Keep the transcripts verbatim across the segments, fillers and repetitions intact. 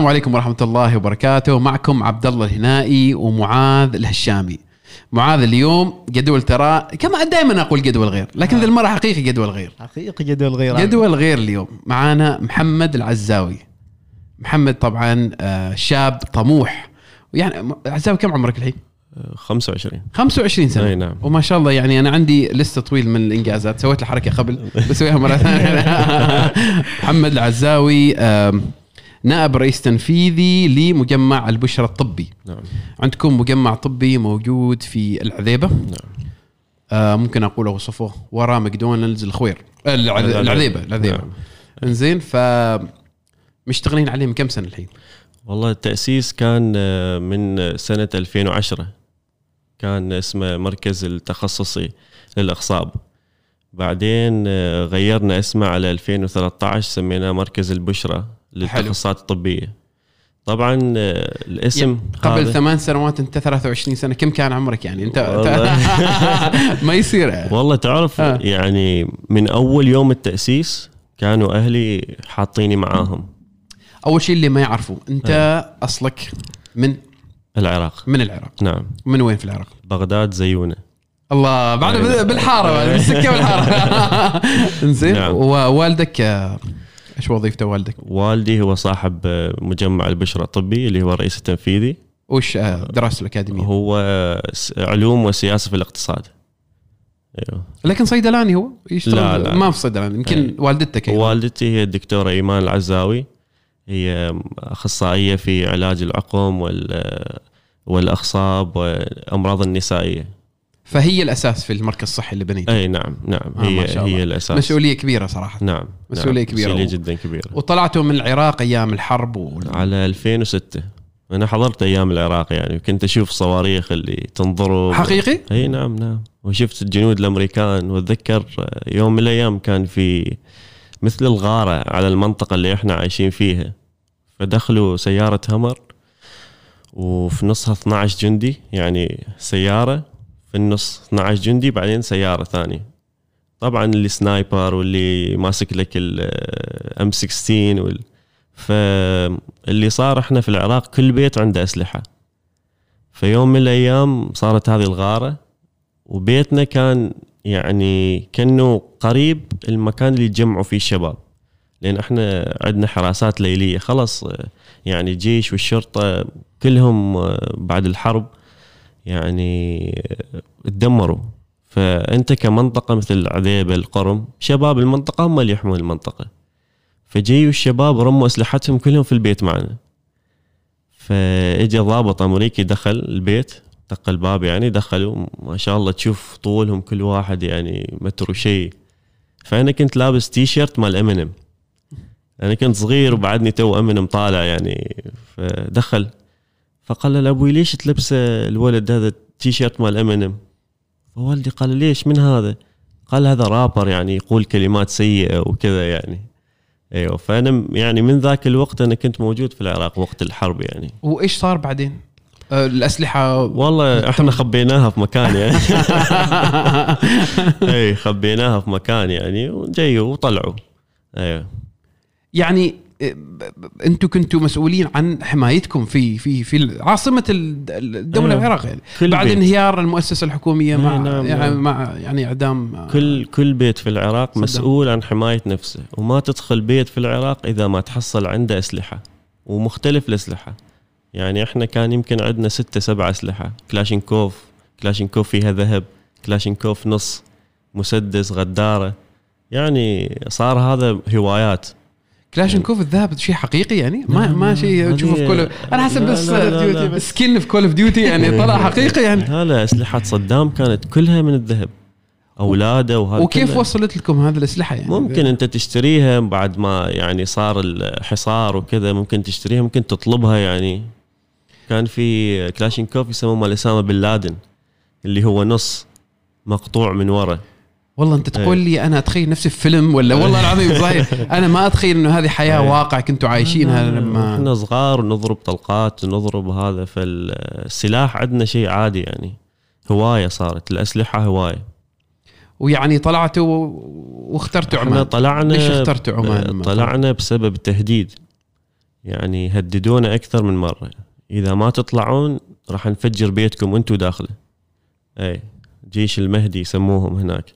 السلام عليكم ورحمة الله وبركاته. معكم عبد الله الهنائي ومعاذ الهشامي. معاذ اليوم جدول ترى كما دائما أقول جدول غير، لكن ذي المرة حقيقي جدول غير، حقيقي جدول غير جدول غير. اليوم معانا محمد العزاوي. محمد طبعا شاب طموح، يعني عزاوي كم عمرك الحين؟ خمسة وعشرين خمسة وعشرين سنة. أي نعم. وما شاء الله يعني أنا عندي لستة طويل من الإنجازات، سويت الحركة قبل بسويها مرة ثانية. محمد العزاوي نائب رئيس تنفيذي لمجمع البشرة الطبي. نعم. عندكم مجمع طبي موجود في العذيبة. نعم. آه ممكن أقول وصفه وراء ماكدونالدز الخوير العذيبة العذيبة, العذيبة. نعم. إنزين، فمشتغلين عليه من كم سنة الحين؟ والله التأسيس كان من سنة ألفين وعشرة، كان اسمه مركز التخصصي للأخصاب. بعدين غيرنا اسمه على ألفين وثلاثة عشر، سميناه مركز البشرة للتخصصات الطبية. طبعا الاسم قبل ثمان سنوات، انت ثلاثة وعشرين سنة، كم كان عمرك يعني انت؟ ما يصير والله تعرف آه. يعني من اول يوم التأسيس كانوا اهلي حاطيني معاهم. اول شيء اللي ما يعرفوا انت آه. اصلك من العراق. من العراق. نعم. من وين في العراق؟ بغداد زيونة. الله، بعد بالحارة بالسكة بالحارة. انزين. نعم. ووالدك ايش وظيفته والدك؟ والدي هو صاحب مجمع البشرة الطبي اللي هو الرئيس التنفيذي. وش دراسته الأكاديمية؟ هو علوم وسياسة في الاقتصاد. ايوه. لكن صيدلاني هو يشتغل؟ لا لا. ما في صيدلاني. يمكن أيوه. والدتك أيوه. والدتي هي الدكتورة إيمان العزاوي، هي أخصائية في علاج العقم وال والأخصاب والأمراض النسائية. فهي الأساس في المركز الصحي اللي بنيته. أي نعم نعم. آه هي هي الأساس. مسؤولية كبيرة صراحة. نعم. مسؤولية نعم. كبيرة. مسؤولية و... جدا كبيرة. وطلعتوا من العراق أيام الحرب و... على ألفين وستة. أنا حضرت أيام العراق يعني، كنت أشوف صواريخ اللي تنضرب. حقيقي؟ أي نعم نعم. وشفت الجنود الأمريكان، وأتذكر يوم من الأيام كان في مثل الغارة على المنطقة اللي إحنا عايشين فيها، فدخلوا سيارة همر وفي نصها اثنا عشر جندي، يعني سيارة في النص اثنا عشر جندي، بعدين سيارة ثانية. طبعا اللي سنايبر واللي ماسك لك الام ستة عشر وال... فاللي صار احنا في العراق كل بيت عنده أسلحة. فيوم من الأيام صارت هذه الغارة، وبيتنا كان يعني كأنه قريب المكان اللي يتجمعوا فيه الشباب، لأن احنا عندنا حراسات ليلية. خلص يعني الجيش والشرطة كلهم بعد الحرب يعني تدمروا. فأنت كمنطقة مثل العذيبة القرم، شباب المنطقة هم اللي يحمون المنطقة، فجيوا الشباب رموا أسلحتهم كلهم في البيت معنا. فإجا ضابط أمريكي دخل البيت، دق الباب يعني، دخلوا ما شاء الله تشوف طولهم كل واحد يعني متر وشي. فأنا كنت لابس تي شيرت مال امينيم، أنا كنت صغير وبعدني تو امينيم طالع يعني. فدخل فقال له أبوي ليش تلبس الولد هذا تي شيرت مال امينيم؟ فوالدي قال ليش من هذا؟ قال هذا رابر يعني يقول كلمات سيئة وكذا يعني. ايوه. فانا يعني من ذاك الوقت انا كنت موجود في العراق وقت الحرب يعني. وايش صار بعدين؟ أه الاسلحه والله احنا خبيناها في مكان يعني. اي خبيناها في مكان يعني، وجايوا وطلعوا. ايوه. يعني انتوا كنتوا مسؤولين عن حمايتكم في في في عاصمه الدوله العراق يعني، بعد بيت. انهيار المؤسسه الحكوميه مع نعم يعني نعم. مع يعني اعدام كل كل بيت في العراق صدام. مسؤول عن حمايه نفسه، وما تدخل بيت في العراق اذا ما تحصل عنده اسلحه ومختلف الاسلحه. يعني احنا كان يمكن عندنا ستة سبعة اسلحه، كلاشينكوف، كلاشينكوف فيها ذهب، كلاشينكوف نص، مسدس، غداره. يعني صار هذا هوايات. كلاشينكوف الذهب شيء حقيقي يعني، ما ما شيء تشوفه في كول. انا حسب بس سكين في كول اوف ديوتي يعني، طلع حقيقي يعني. لا اسلحه صدام كانت كلها من الذهب، اولاده وهذا. وكيف كله. وصلت لكم هذه الاسلحه يعني؟ ممكن انت تشتريها بعد ما يعني صار الحصار وكذا، ممكن تشتريها، ممكن تطلبها يعني. كان في كلاشينكوف يسموه مال اسامه بن لادن، اللي هو نص مقطوع من ورا. والله انت تقول لي انا اتخيل نفسي في فيلم ولا والله العظيم صحيح انا ما اتخيل انه هذه حياه واقع كنتوا عايشينها لما احنا صغار ونضرب طلقات ونضرب هذا. فالسلاح عندنا شيء عادي يعني، هوايه صارت الاسلحه هوايه. ويعني طلعتوا واخترتوا عمان؟ طلعنا. ليش اخترتوا عمان؟ طلعنا بسبب التهديد. يعني هددونا أكثر من مرة، إذا ما تطلعون راح نفجر بيتكم وانتوا داخله. أي جيش المهدي يسموهم هناك.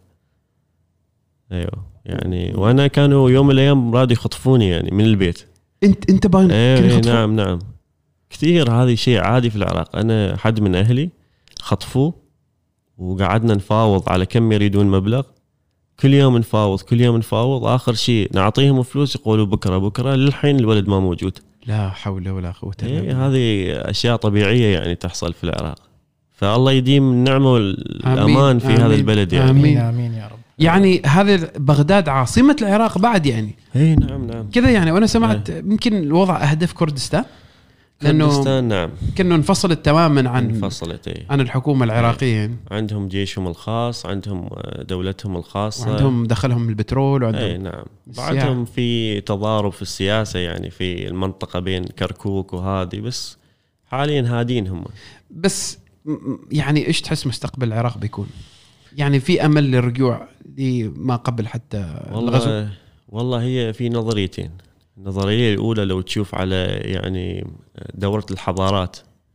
أيوه يعني وأنا كانوا يوم من الأيام راد يخطفوني يعني من البيت. أنت أنت باين أيه نعم نعم كثير، هذه شيء عادي في العراق. أنا حد من أهلي خطفوه وقعدنا نفاوض على كم يريدون مبلغ، كل يوم نفاوض كل يوم نفاوض، آخر شيء نعطيهم فلوس يقولوا بكرة بكرة، للحين الولد ما موجود. لا حول ولا قوة إلا بالله. إيه هذه أشياء طبيعية يعني تحصل في العراق، فالله يديم النعمة والأمان في آمين. هذا البلد يعني. آمين آمين يا رب. يعني هذا بغداد عاصمة العراق بعد يعني. إيه نعم نعم كذا يعني. وأنا سمعت إيه. يمكن الوضع أهدى في كردستان، كردستان نعم كأنه انفصلت تماما عن انفصلت إيه. عن الحكومة العراقية. إيه. عندهم جيشهم الخاص، عندهم دولتهم الخاصة، وعندهم دخلهم البترول وعندهم إيه نعم بعدهم في تضارب في السياسة يعني في المنطقة بين كركوك وهذه، بس حاليا هادين هم. بس يعني إيش تحس مستقبل العراق بيكون؟ يعني في أمل للرجوع لما قبل حتى والله الغزو؟ والله هي في نظريتين. النظرية الأولى لو تشوف على يعني دورة الحضارات،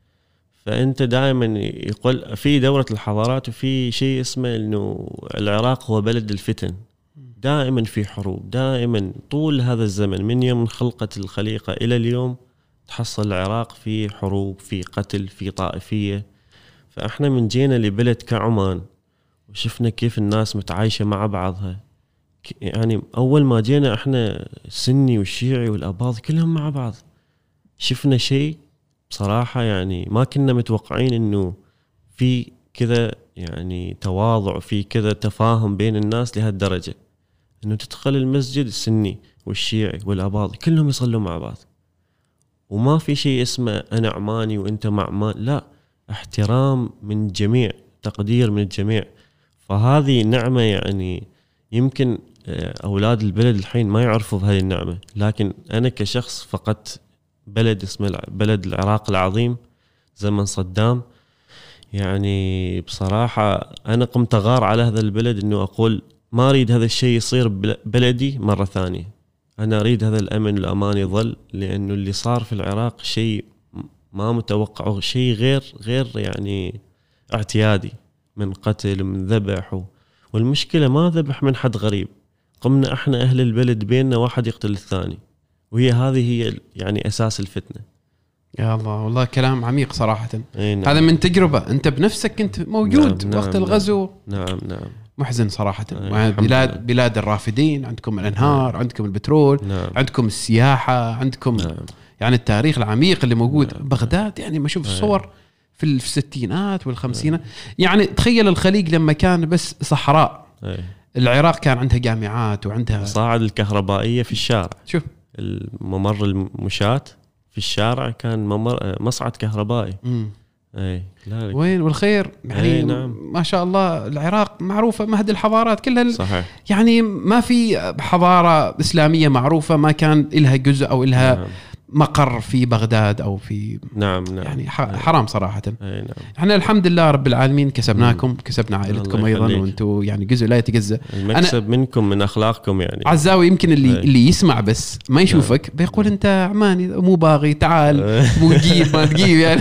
فأنت دائما يقول في دورة الحضارات وفي شيء اسمه إنه العراق هو بلد الفتن، دائما في حروب، دائما طول هذا الزمن من يوم خلقة الخليقة إلى اليوم تحصل العراق في حروب، في قتل، في طائفية. فإحنا من جينا لبلد كعمان وشفنا كيف الناس متعايشة مع بعضها، يعني أول ما جينا إحنا السني والشيعي والأباض كلهم مع بعض، شفنا شيء بصراحة يعني ما كنا متوقعين إنه في كذا يعني تواضع، في كذا تفاهم بين الناس لهالدرجة، إنه تدخل المسجد السني والشيعي والأباض كلهم يصلوا مع بعض، وما في شيء اسمه أنا عماني وإنت مع عمان، لا، احترام من الجميع، تقدير من الجميع. فهذه نعمة يعني يمكن أولاد البلد الحين ما يعرفوا بهذه النعمة، لكن أنا كشخص فقدت بلد اسمه بلد العراق العظيم زمن صدام. يعني بصراحة أنا قمت أغار على هذا البلد، إنه أقول ما أريد هذا الشيء يصير بلدي مرة ثانية، أنا أريد هذا الأمن والأمان يظل، لأنه اللي صار في العراق شيء ما متوقعه، شيء غير غير يعني اعتيادي، من قتل ومن ذبح، والمشكلة ما ذبح من حد غريب، قمنا احنا اهل البلد بيننا واحد يقتل الثاني، وهي هذه هي يعني اساس الفتنه. يا الله والله كلام عميق صراحه. نعم. هذا من تجربه انت بنفسك كنت موجود نعم وقت نعم الغزو. نعم نعم محزن صراحه. نعم. بلاد بلاد الرافدين، عندكم الانهار، نعم. عندكم البترول، نعم. عندكم السياحه، عندكم نعم. يعني التاريخ العميق اللي موجود. نعم. بغداد يعني ما اشوف الصور في الستينات والخمسينات. نعم. يعني تخيل الخليج لما كان بس صحراء. نعم. العراق كان عندها جامعات وعندها صاعد الكهربائية في الشارع. شوف الممر المشاة في الشارع كان ممر مصعد كهربائي. اي لا وين والخير يعني. نعم. ما شاء الله العراق معروفة مهد الحضارات كلها. صحيح. يعني ما في حضارة إسلامية معروفة ما كان إلها جزء أو إلها نعم. مقر في بغداد أو في نعم نعم يعني حرام صراحة. أي نعم. احنا الحمد لله رب العالمين كسبناكم مم. كسبنا عائلتكم أيضا، وانتم يعني جزء لا يتجزأ. المكسب منكم من أخلاقكم يعني. عزاوي يمكن اللي أي. اللي يسمع بس ما يشوفك نعم. بيقول أنت عماني مو باغي تعال مو تجيب ما تجيب يعني.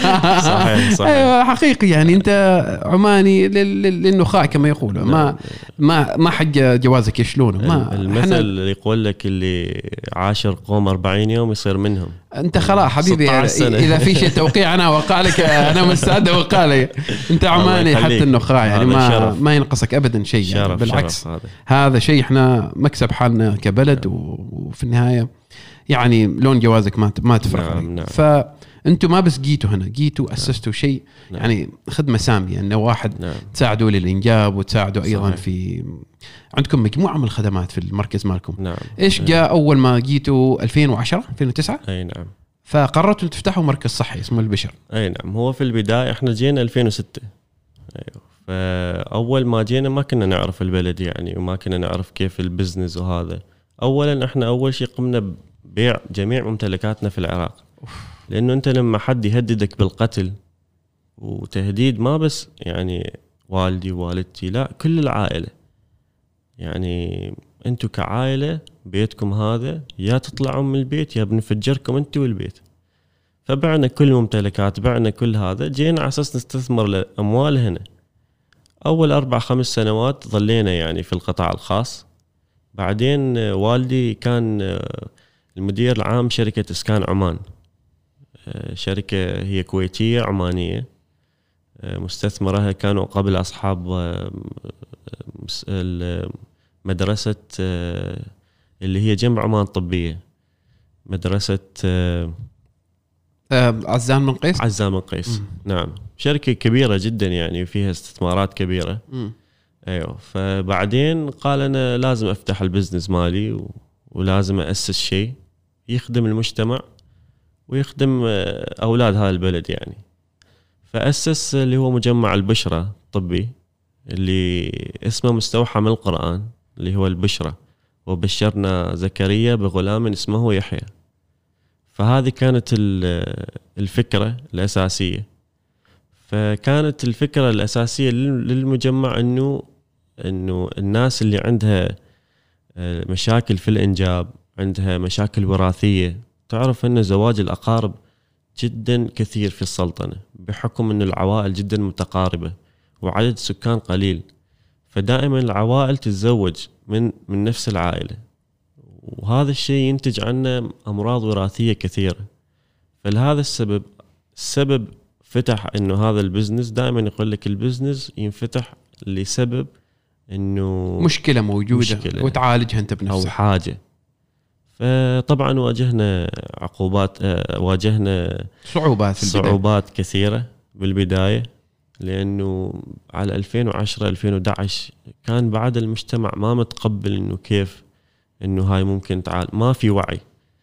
صحيح صحيح. أيوة حقيقي يعني أنت عماني للنخاع كما يقولوا. ما نعم. ما ما حق جوازك يشلونه. ما المثل اللي يقول لك اللي عاشر قوم أربعين يوم يصير منهم. انت خلاص حبيبي اذا في شيء توقيع انا وقع لك انا مستعد اوقع لك. انت عماني حتى النخاع يعني ما شرف. ما ينقصك ابدا شيء يعني بالعكس هذا. هذا شيء احنا مكسب حالنا كبلد نعم. وفي النهايه يعني لون جوازك ما ما تفرق. نعم نعم. فانتم ما بس جيتوا هنا جيتوا اسستوا نعم. شيء نعم. يعني خدمه ساميه انه واحد نعم. تساعدوا للانجاب وتساعدوا ايضا صحيح. في عندكم مجموعة من الخدمات في المركز مالكم. نعم. إيش جاء أول ما جيتوا ألفين وعشرة ألفين وتسعة؟ أي نعم. فقررتوا تفتحوا مركز صحي اسمه البشر. أي نعم. هو في البداية إحنا جينا ألفين وستة. أيوه. فأول ما جينا ما كنا نعرف البلد يعني، وما كنا نعرف كيف البزنس وهذا. أولاً إحنا أول شيء قمنا ببيع جميع ممتلكاتنا في العراق. لأنه أنت لما حد يهددك بالقتل وتهديد ما بس يعني والدي ووالدتي، لا كل العائلة. يعني أنتوا كعائلة بيتكم هذا يا تطلعون من البيت يا بنفجركم انتوا والبيت. فبعنا كل ممتلكات، بعنا كل هذا، جينا على اساس نستثمر الاموال هنا. اول اربع خمس سنوات ظلينا يعني في القطاع الخاص. بعدين والدي كان المدير العام شركة اسكان عمان، شركة هي كويتية عمانية مستثمرها كانوا قبل اصحاب مدرسة اللي هي جنب عمان طبية، مدرسة عزام بن قيس. عزام بن قيس م. نعم، شركة كبيرة جدا يعني فيها استثمارات كبيرة. م. ايوه. فبعدين قال انا لازم افتح البزنس مالي و... ولازم اسس شيء يخدم المجتمع ويخدم اولاد هذا البلد يعني. فاسس اللي هو مجمع البشرة الطبي اللي اسمه مستوحى من القرآن اللي هو البشرة، وبشرنا زكريا بغلام اسمه يحيى. فهذه كانت الفكرة الأساسية. فكانت الفكرة الأساسية للمجمع إنه إنه الناس اللي عندها مشاكل في الإنجاب، عندها مشاكل وراثية، تعرف إن زواج الأقارب جدا كثير في السلطنة بحكم إنه العوائل جدا متقاربة وعدد السكان قليل، فدائما العوائل تتزوج من من نفس العائلة، وهذا الشيء ينتج عنه أمراض وراثية كثيرة. فلهذا السبب السبب فتح إنه هذا البزنس، دائما يقول لك البزنس ينفتح لسبب إنه مشكلة موجودة مشكلة وتعالجها أنت بنفسك أو حاجة. فطبعا واجهنا عقوبات، واجهنا صعوبات في البداية. صعوبات كثيرة بالبداية، لأنه على ألفين وعشرة ألفين وأحد عشر كان بعد المجتمع ما متقبل إنه كيف إنه هاي ممكن تعال، ما في وعي.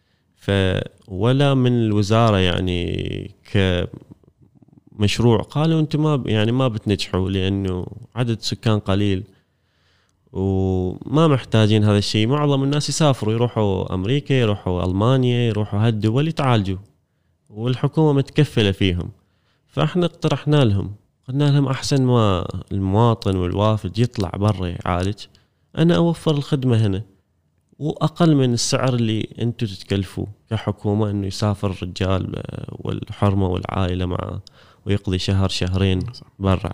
فولا من الوزارة يعني كمشروع قالوا أنتم ما يعني ما بتنجحوا لأنه عدد سكان قليل وما محتاجين هذا الشيء. معظم الناس يسافروا يروحوا أمريكا، يروحوا ألمانيا، يروحوا هالدول يتعالجوا والحكومة متكفلة فيهم. فإحنا اقترحنا لهم، قلنا لهم أحسن ما المواطن والوافد يطلع برا يعالج، أنا أوفر الخدمة هنا وأقل من السعر اللي أنتوا تتكلفوا كحكومة إنه يسافر الرجال والحرمة والعائلة معه ويقضي شهر شهرين برا.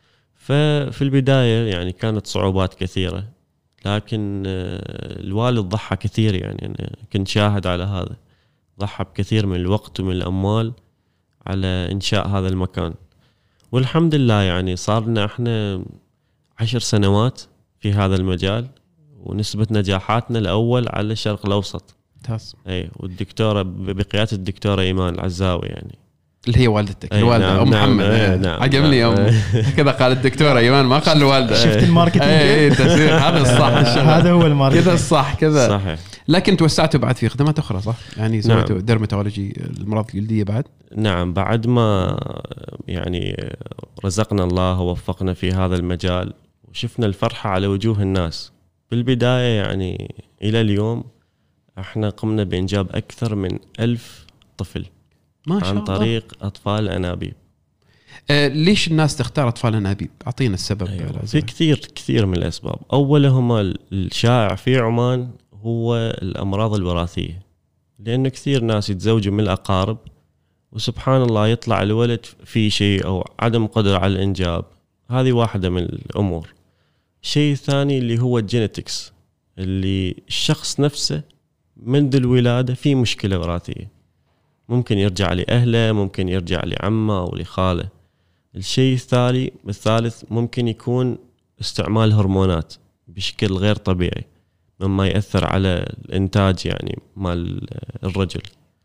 ففي البداية يعني كانت صعوبات كثيرة، لكن الوالد ضحى كثير، يعني أنا كنت شاهد على هذا، ضحى بكثير من الوقت ومن الأموال على إنشاء هذا المكان. والحمد لله يعني صارنا احنا عشر سنوات في هذا المجال، ونسبة نجاحاتنا الأول على الشرق الأوسط. ممتاز. أي، والدكتورة بقيادة الدكتورة إيمان العزاوي يعني اللي هي والدتك الوالدة نعم أم محمد. نعم نعم عجبني نعم أم كذا قال الدكتورة إيمان، ما قال الوالدة. شفت الماركتينج؟ اي تسويق، هذا الصح. هذا هو الماركتينج كذا الصح كذا صحيح. لكن توسعتوا بعد في خدمات أخرى صح؟ يعني سويتوا نعم. ديرماتولوجي الأمراض الجلدية بعد؟ نعم، بعد ما يعني رزقنا الله ووفقنا في هذا المجال وشفنا الفرحة على وجوه الناس بالبداية، يعني إلى اليوم احنا قمنا بإنجاب أكثر من ألف طفل ما شاء عن الله. طريق أطفال الأنابيب. آه ليش الناس تختار أطفال الأنابيب؟ أعطينا السبب. أيوة. في كثير كثير من الأسباب. أولهما الشائع في عمان هو الأمراض الوراثية، لأنه كثير ناس يتزوجوا من الأقارب وسبحان الله يطلع الولد في شيء أو عدم قدرة على الإنجاب. هذه واحدة من الأمور. شيء ثاني اللي هو الجينيتكس، اللي الشخص نفسه منذ الولادة في مشكلة وراثية، ممكن يرجع لأهله، ممكن يرجع لعمه أو لخاله. الشيء الثالث الثالث ممكن يكون استعمال هرمونات بشكل غير طبيعي مما يأثر على الإنتاج يعني مال الرجل.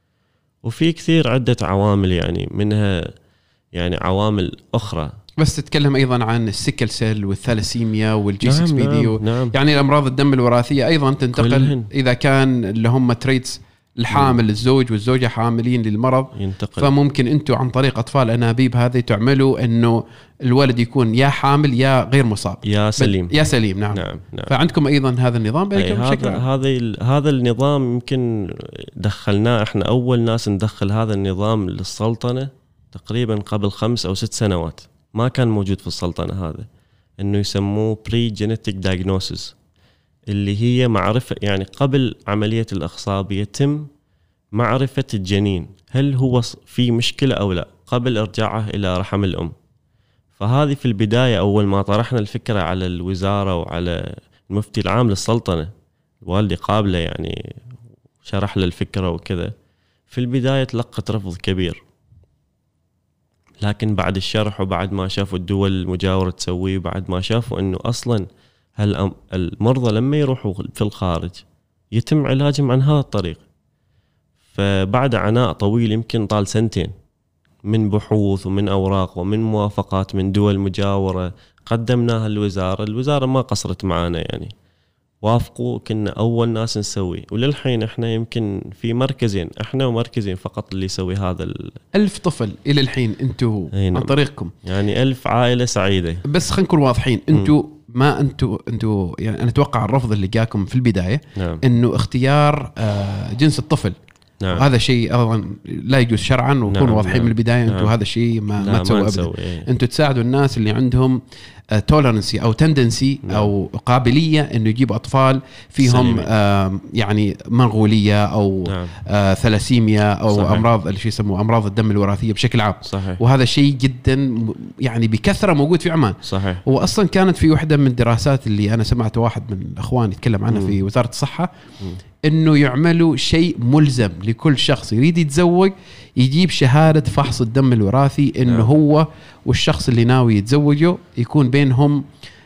وفي كثير عدة عوامل يعني منها يعني عوامل أخرى. بس تتكلم أيضا عن السيكل سيل والثالاسيميا والجي ستة بي دي نعم نعم. يعني الأمراض الدم الوراثية أيضا تنتقل كلهن. إذا كان اللي هم تريتس الحامل الزوج والزوجة حاملين للمرض ينتقل. فممكن أنتوا عن طريق أطفال أنابيب هذه تعملوا أنه الولد يكون يا حامل يا غير مصاب يا سليم. يا سليم نعم. نعم, نعم. فعندكم أيضا هذا النظام. أي هذا هذا هذا النظام يمكن دخلناه احنا أول ناس ندخل هذا النظام للسلطنة تقريبا قبل خمس أو ست سنوات. ما كان موجود في السلطنة هذا، إنه يسموه pre genetic diagnosis، اللي هي معرفة، يعني قبل عملية الإخصاب يتم معرفة الجنين هل هو في مشكلة أو لا قبل إرجاعه إلى رحم الأم. فهذه في البداية أول ما طرحنا الفكرة على الوزارة وعلى المفتي العام للسلطنة، والدي قابله يعني شرح له الفكرة وكذا، في البداية تلقت رفض كبير، لكن بعد الشرح وبعد ما شافوا الدول المجاورة تسويه، بعد ما شافوا أنه أصلا المرضى لما يروحوا في الخارج يتم علاجهم عن هذا الطريق. فبعد عناء طويل يمكن طال سنتين من بحوث ومن أوراق ومن موافقات من دول مجاورة قدمناها للوزارة، الوزارة ما قصرت معانا يعني، وافقوا، كنا أول ناس نسوي. وللحين إحنا يمكن في مركزين، إحنا ومركزين فقط اللي يسوي هذا ال... ألف طفل إلى الحين أنتوا عن طريقكم، يعني ألف عائلة سعيدة. بس خلينا نكون واضحين، أنتوا ما أنتوا أنتوا يعني أنا أتوقع الرفض اللي جاكم في البداية نعم. إنه اختيار آه جنس الطفل، نعم. وهذا شيء أيضا لا يجوز شرعا، ونكون نعم. واضحين نعم. من البداية. أنتوا نعم. هذا الشيء ما, نعم. ما تسووا أبدا. إيه. أنتوا تساعدوا الناس اللي عندهم تولرنسي أو تندنسي نعم. أو قابلية إنه يجيب أطفال فيهم آه يعني منغولية أو نعم. آه ثلاسيميا أو صحيح. أمراض اللي يسموه أمراض الدم الوراثية بشكل عام. صحيح. وهذا شيء جدا يعني بكثرة موجود في عمان. صحيح. وأصلا كانت في واحدة من الدراسات اللي أنا سمعت واحد من الأخوان يتكلم عنها م. في وزارة الصحة، م. إنه يعملوا شيء ملزم لكل شخص يريد يتزوج يجيب شهادة فحص الدم الوراثي، إنه نعم. هو والشخص اللي ناوي يتزوجه يكون بينهم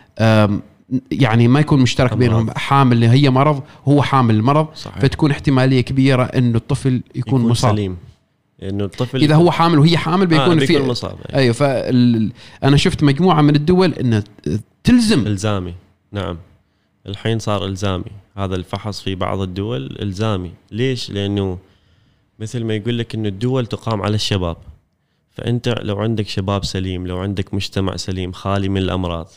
يعني ما يكون مشترك أمراض. بينهم حامل اللي هي مرض، هو حامل المرض. صحيح. فتكون احتمالية كبيرة إنه الطفل يكون, يكون مصاب سليم، إنه الطفل إذا هو حامل وهي حامل بيكون آه في مصاب. أيوة. فأنا شفت مجموعة من الدول إنه تلزم إلزامي. نعم، الحين صار إلزامي هذا الفحص في بعض الدول إلزامي. ليش؟ لأنه مثل ما يقول لك إنه الدول تقام على الشباب، فأنت لو عندك شباب سليم، لو عندك مجتمع سليم خالي من الأمراض،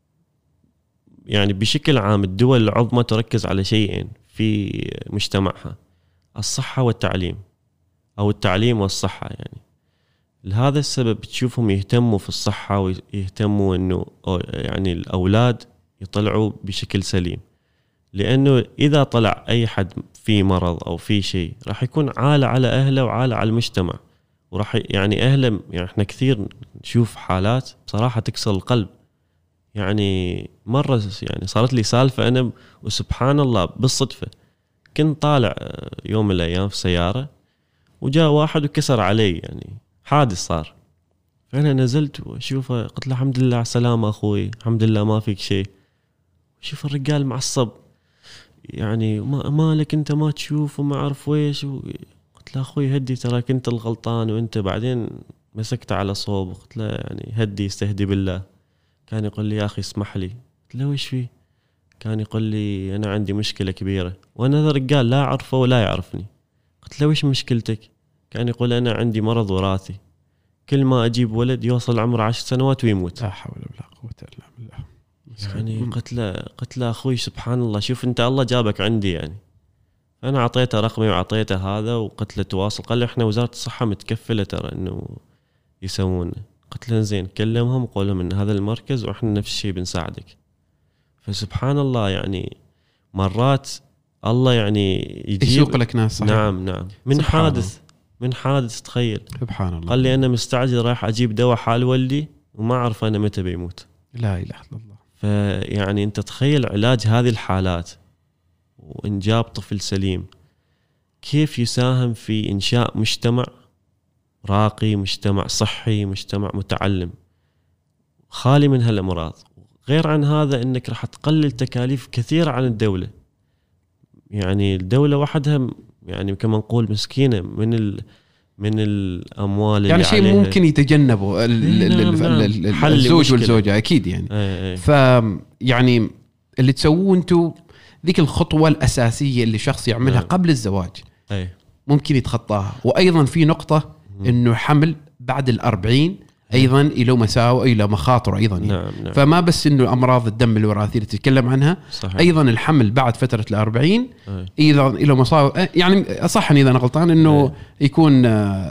يعني بشكل عام الدول العظمى تركز على شيئين في مجتمعها: الصحة والتعليم، أو التعليم والصحة. يعني لهذا السبب تشوفهم يهتموا في الصحة ويهتموا إنه يعني الأولاد يطلعوا بشكل سليم، لأنه إذا طلع أي حد في مرض أو في شيء راح يكون عالة على أهله وعالة على المجتمع، وراح يعني أهله يعني إحنا كثير نشوف حالات بصراحة تكسر القلب. يعني مرة يعني صارت لي سالفة أنا وسبحان الله بالصدفة، كنت طالع يوم من الأيام في سيارة وجاء واحد وكسر علي، يعني حادث صار. فأنا نزلت وأشوفه، قلت له الحمد لله على السلامة أخوي، الحمد لله ما فيك شيء. شوف الرجال معصب، يعني ما مالك أنت ما تشوف وما أعرف ويش. قلت له أخوي هدي، ترى كنت الغلطان وأنت بعدين مسكت على صوب. قلت له يعني هدي، استهدي بالله. كان يقول لي يا أخي اسمح لي. قلت له ويش فيه؟ كان يقول لي أنا عندي مشكلة كبيرة، وأنا هذا الرجال لا أعرفه ولا يعرفني. قلت له ويش مشكلتك؟ كان يقول أنا عندي مرض وراثي، كل ما أجيب ولد يوصل عمره عشر سنوات ويموت. لا حول ولا قوة إلا بالله. يعني قلت له قلت له أخوي سبحان الله، شوف أنت الله جابك عندي. يعني أنا أعطيته رقمي وأعطيته هذا وقلت له تواصل. قال لي إحنا وزارة الصحة متكفلة ترى إنه يسوون. قلت له زين، كلمهم وقول لهم إن هذا المركز وإحنا نفس الشيء بنساعدك. فسبحان الله يعني مرات الله يعني يجيب يسوق لك ناس. صحيح. نعم نعم. من حادث من حادث تخيل. سبحان الله. قال لي أنا مستعجل رايح أجيب دواء حال ولدي وما أعرف أنا متى بيموت. لا إله إلا الله. فيعني أنت تخيل علاج هذه الحالات وإنجاب طفل سليم كيف يساهم في إنشاء مجتمع راقي، مجتمع صحي، مجتمع متعلم خالي من هالأمراض. غير عن هذا أنك راح تقلل تكاليف كثيرة عن الدولة. يعني الدولة وحدها يعني كما نقول مسكينة من ال من الأموال يعني شيء عليها. ممكن يتجنبه الزوج والزوجة أكيد يعني. ايه ايه. ف يعني اللي تسووه أنتوا ذيك الخطوة الأساسية اللي شخص يعملها نعم. قبل الزواج ايه. ممكن يتخطاها. وأيضا في نقطة إنه حمل بعد الأربعين أيضا إلى مساوئ إلى مخاطر أيضا يعني. نعم نعم. فما بس إنه أمراض الدم الوراثية اللي تتكلم عنها. صحيح. أيضا الحمل بعد فترة الأربعين ايه. إذا إلى مصاوئ، يعني أصحني إذا أنا غلطان إنه ايه. يكون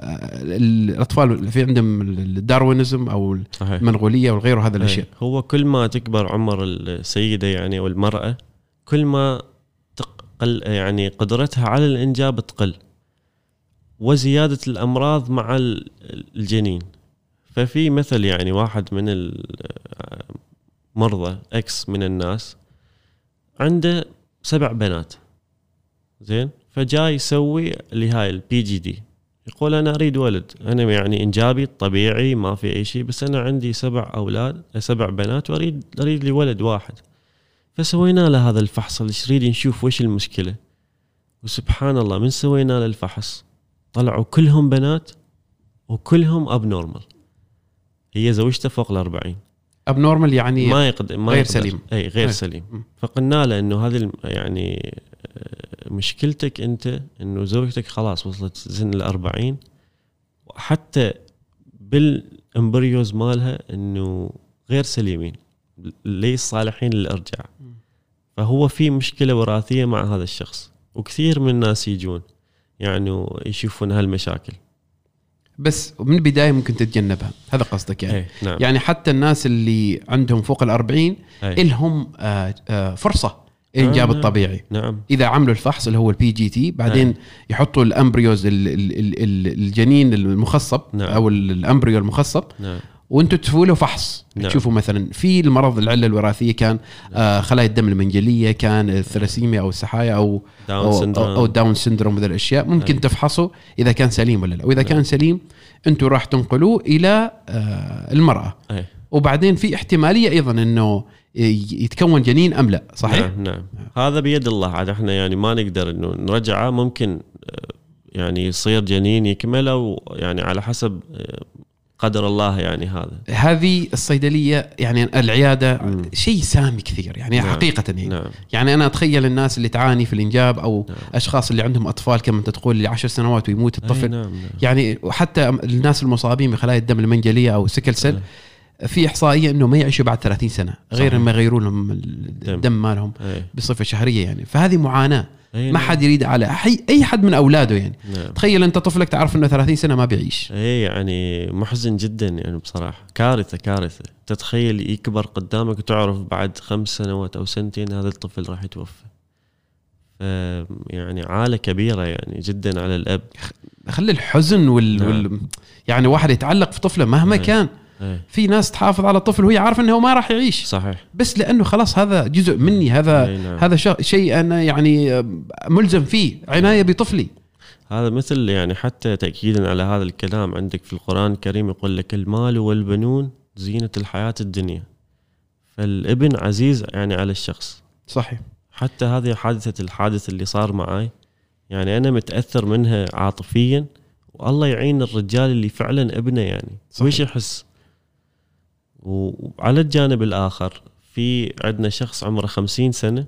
الأطفال في عندهم الداروينزم أو المنغولية والغيره هذا الأشياء. هو كل ما تكبر عمر السيدة يعني والمرأة كل ما تقل يعني قدرتها على الإنجاب تقل، وزيادة الأمراض مع الجنين. ففي مثل يعني واحد من المرضى اكس من الناس عنده سبع بنات زين، فجاي يسوي اللي هاي البي جي دي، يقول انا اريد ولد، انا يعني انجابي طبيعي ما في اي شيء، بس انا عندي سبع اولاد سبع بنات واريد اريد لي ولد واحد. فسوينا له هذا الفحص اللي نريد نشوف وش المشكله، وسبحان الله من سوينا له الفحص طلعوا كلهم بنات وكلهم اب نورمال. هي زوجته فوق الأربعين، اب نورمال يعني ما يقدر ما غير يقدر. سليم. اي غير أي. سليم. فقلنا له انه هذه يعني مشكلتك انت، انه زوجتك خلاص وصلت سن الأربعين، وحتى بالامبريوز مالها انه غير سليمين ليس صالحين للارجاع. فهو في مشكله وراثيه مع هذا الشخص، وكثير من الناس يجون يعني يشوفون هالمشاكل، بس من البداية ممكن تتجنبها. هذا قصدك يعني؟ أي نعم. يعني حتى الناس اللي عندهم فوق الأربعين إلهم آه آه فرصة الإنجاب آه الطبيعي. نعم. إذا عملوا الفحص اللي هو البي جي تي، بعدين أي. يحطوا الأمبريوز الجنين المخصب. نعم. أو الأمبريو المخصب. نعم. وانتوا تسووا له فحص. نعم. تشوفوا مثلا في المرض العله الوراثيه كان آه خلايا الدم المنجليه، كان الثلاسيميا او السحايا او داون أو, سندروم. أو, أو داون سندروم. هذه الاشياء ممكن أي. تفحصوا اذا كان سليم ولا لا، واذا أي. كان سليم انتوا راح تنقلوه الى آه المراه. أي. وبعدين في احتماليه ايضا انه يتكون جنين ام لا. صحيح. نعم. نعم. هذا بيد الله عاد، احنا يعني ما نقدر انه نرجعه، ممكن يعني يصير جنين يكمل، او يعني على حسب قدر الله. يعني هذا هذه الصيدلية يعني العيادة شيء سامي كثير يعني. نعم. حقيقة يعني. نعم. يعني أنا أتخيل الناس اللي تعاني في الإنجاب أو نعم. أشخاص اللي عندهم أطفال كما أنت تقول لعشر سنوات ويموت الطفل. نعم. نعم. يعني وحتى الناس المصابين بخلايا الدم المنجلية أو سيكل سيل، نعم. في إحصائية إنه ما يعيشوا بعد ثلاثين سنة غير ما يغيروا لهم الدم مالهم أي. بصفة شهرية يعني. فهذه معاناة ما حد يريد على أي حد من أولاده يعني. نعم. تخيل أنت طفلك تعرف إنه ثلاثين سنة ما بيعيش. إيه يعني محزن جدا يعني بصراحة، كارثة كارثة. تتخيل يكبر قدامك وتعرف بعد خمس سنوات أو سنتين هذا الطفل راح يتوفى. يعني عالة كبيرة يعني جدا على الأب. خلي الحزن وال, نعم. وال... يعني واحد يتعلق في طفله مهما نعم. كان. أيه. في ناس تحافظ على الطفل وهي عارفة أنه ما راح يعيش. صحيح. بس لأنه خلاص هذا جزء مني، هذا أيه نعم. هذا شيء أنا يعني ملزم فيه، عناية بطفلي. هذا مثل يعني حتى تأكيدا على هذا الكلام، عندك في القرآن الكريم يقول لك المال والبنون زينة الحياة الدنيا. فالابن عزيز يعني على الشخص. صحيح. حتى هذه حادثة الحادث اللي صار معاي يعني أنا متأثر منها عاطفيا، والله يعين الرجال اللي فعلا ابنه يعني ويش يحس. وعلى الجانب الآخر في عندنا شخص عمره خمسين سنة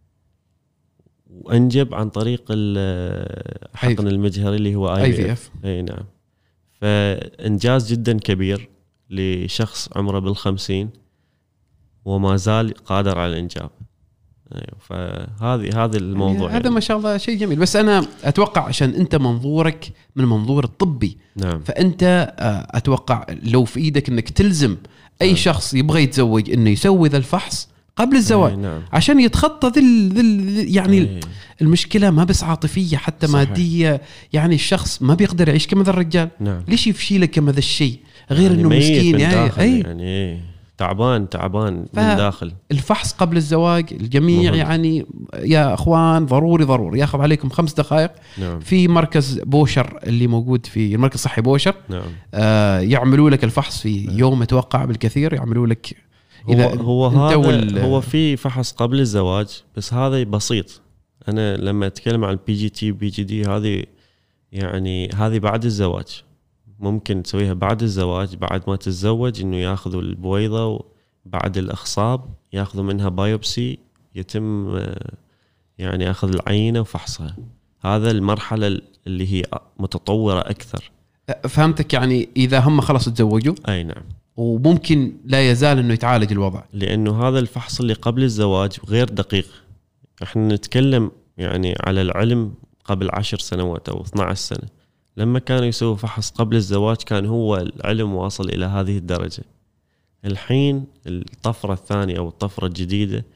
وأنجب عن طريق الحقن المجهري اللي هو آي في إف. أي نعم. فإنجاز جدا كبير لشخص عمره بالخمسين وما زال قادر على الإنجاب. أيوة. فهذه هذا الموضوع هذا يعني. ما شاء الله شيء جميل. بس أنا أتوقع عشان أنت منظورك من المنظور الطبي. نعم. فأنت أتوقع لو في إيدك أنك تلزم أي نعم. شخص يبغى يتزوج إنه يسوي ذا الفحص قبل الزواج. نعم. عشان يتخطى ذل ذل يعني أي. المشكلة ما بس عاطفية حتى صحيح. مادية. يعني الشخص ما بيقدر يعيش كما ذا الرجال. نعم. ليش يفشيلك كما ذا الشيء غير يعني إنه مسكين يعني. أي. يعني تعبان تعبان من داخل. الفحص قبل الزواج الجميع مهم. يعني يا أخوان ضروري ضروري ياخذ عليكم خمس دقائق. نعم. في مركز بوشر اللي موجود في المركز الصحي بوشر. نعم. آه يعملوا لك الفحص في نعم. يوم متوقع بالكثير يعملوا لك. إذا هو هو هذا هو في فحص قبل الزواج بس هذا بسيط. أنا لما أتكلم عن البي جي تي بي جي دي هذه يعني هذه بعد الزواج. ممكن تسويها بعد الزواج، بعد ما تتزوج انه ياخذوا البويضه وبعد الاخصاب ياخذوا منها بايوبسي، يتم يعني اخذ العينه وفحصها. هذا المرحله اللي هي متطوره اكثر. فهمتك. يعني اذا هم خلص تزوجوا اي نعم وممكن لا يزال انه يتعالج الوضع، لانه هذا الفحص اللي قبل الزواج غير دقيق. احنا نتكلم يعني على العلم قبل عشر سنوات او اثنتي عشرة سنه، لما كانوا يسووا فحص قبل الزواج كان هو العلم واصل إلى هذه الدرجة. الحين الطفرة الثانية أو الطفرة الجديدة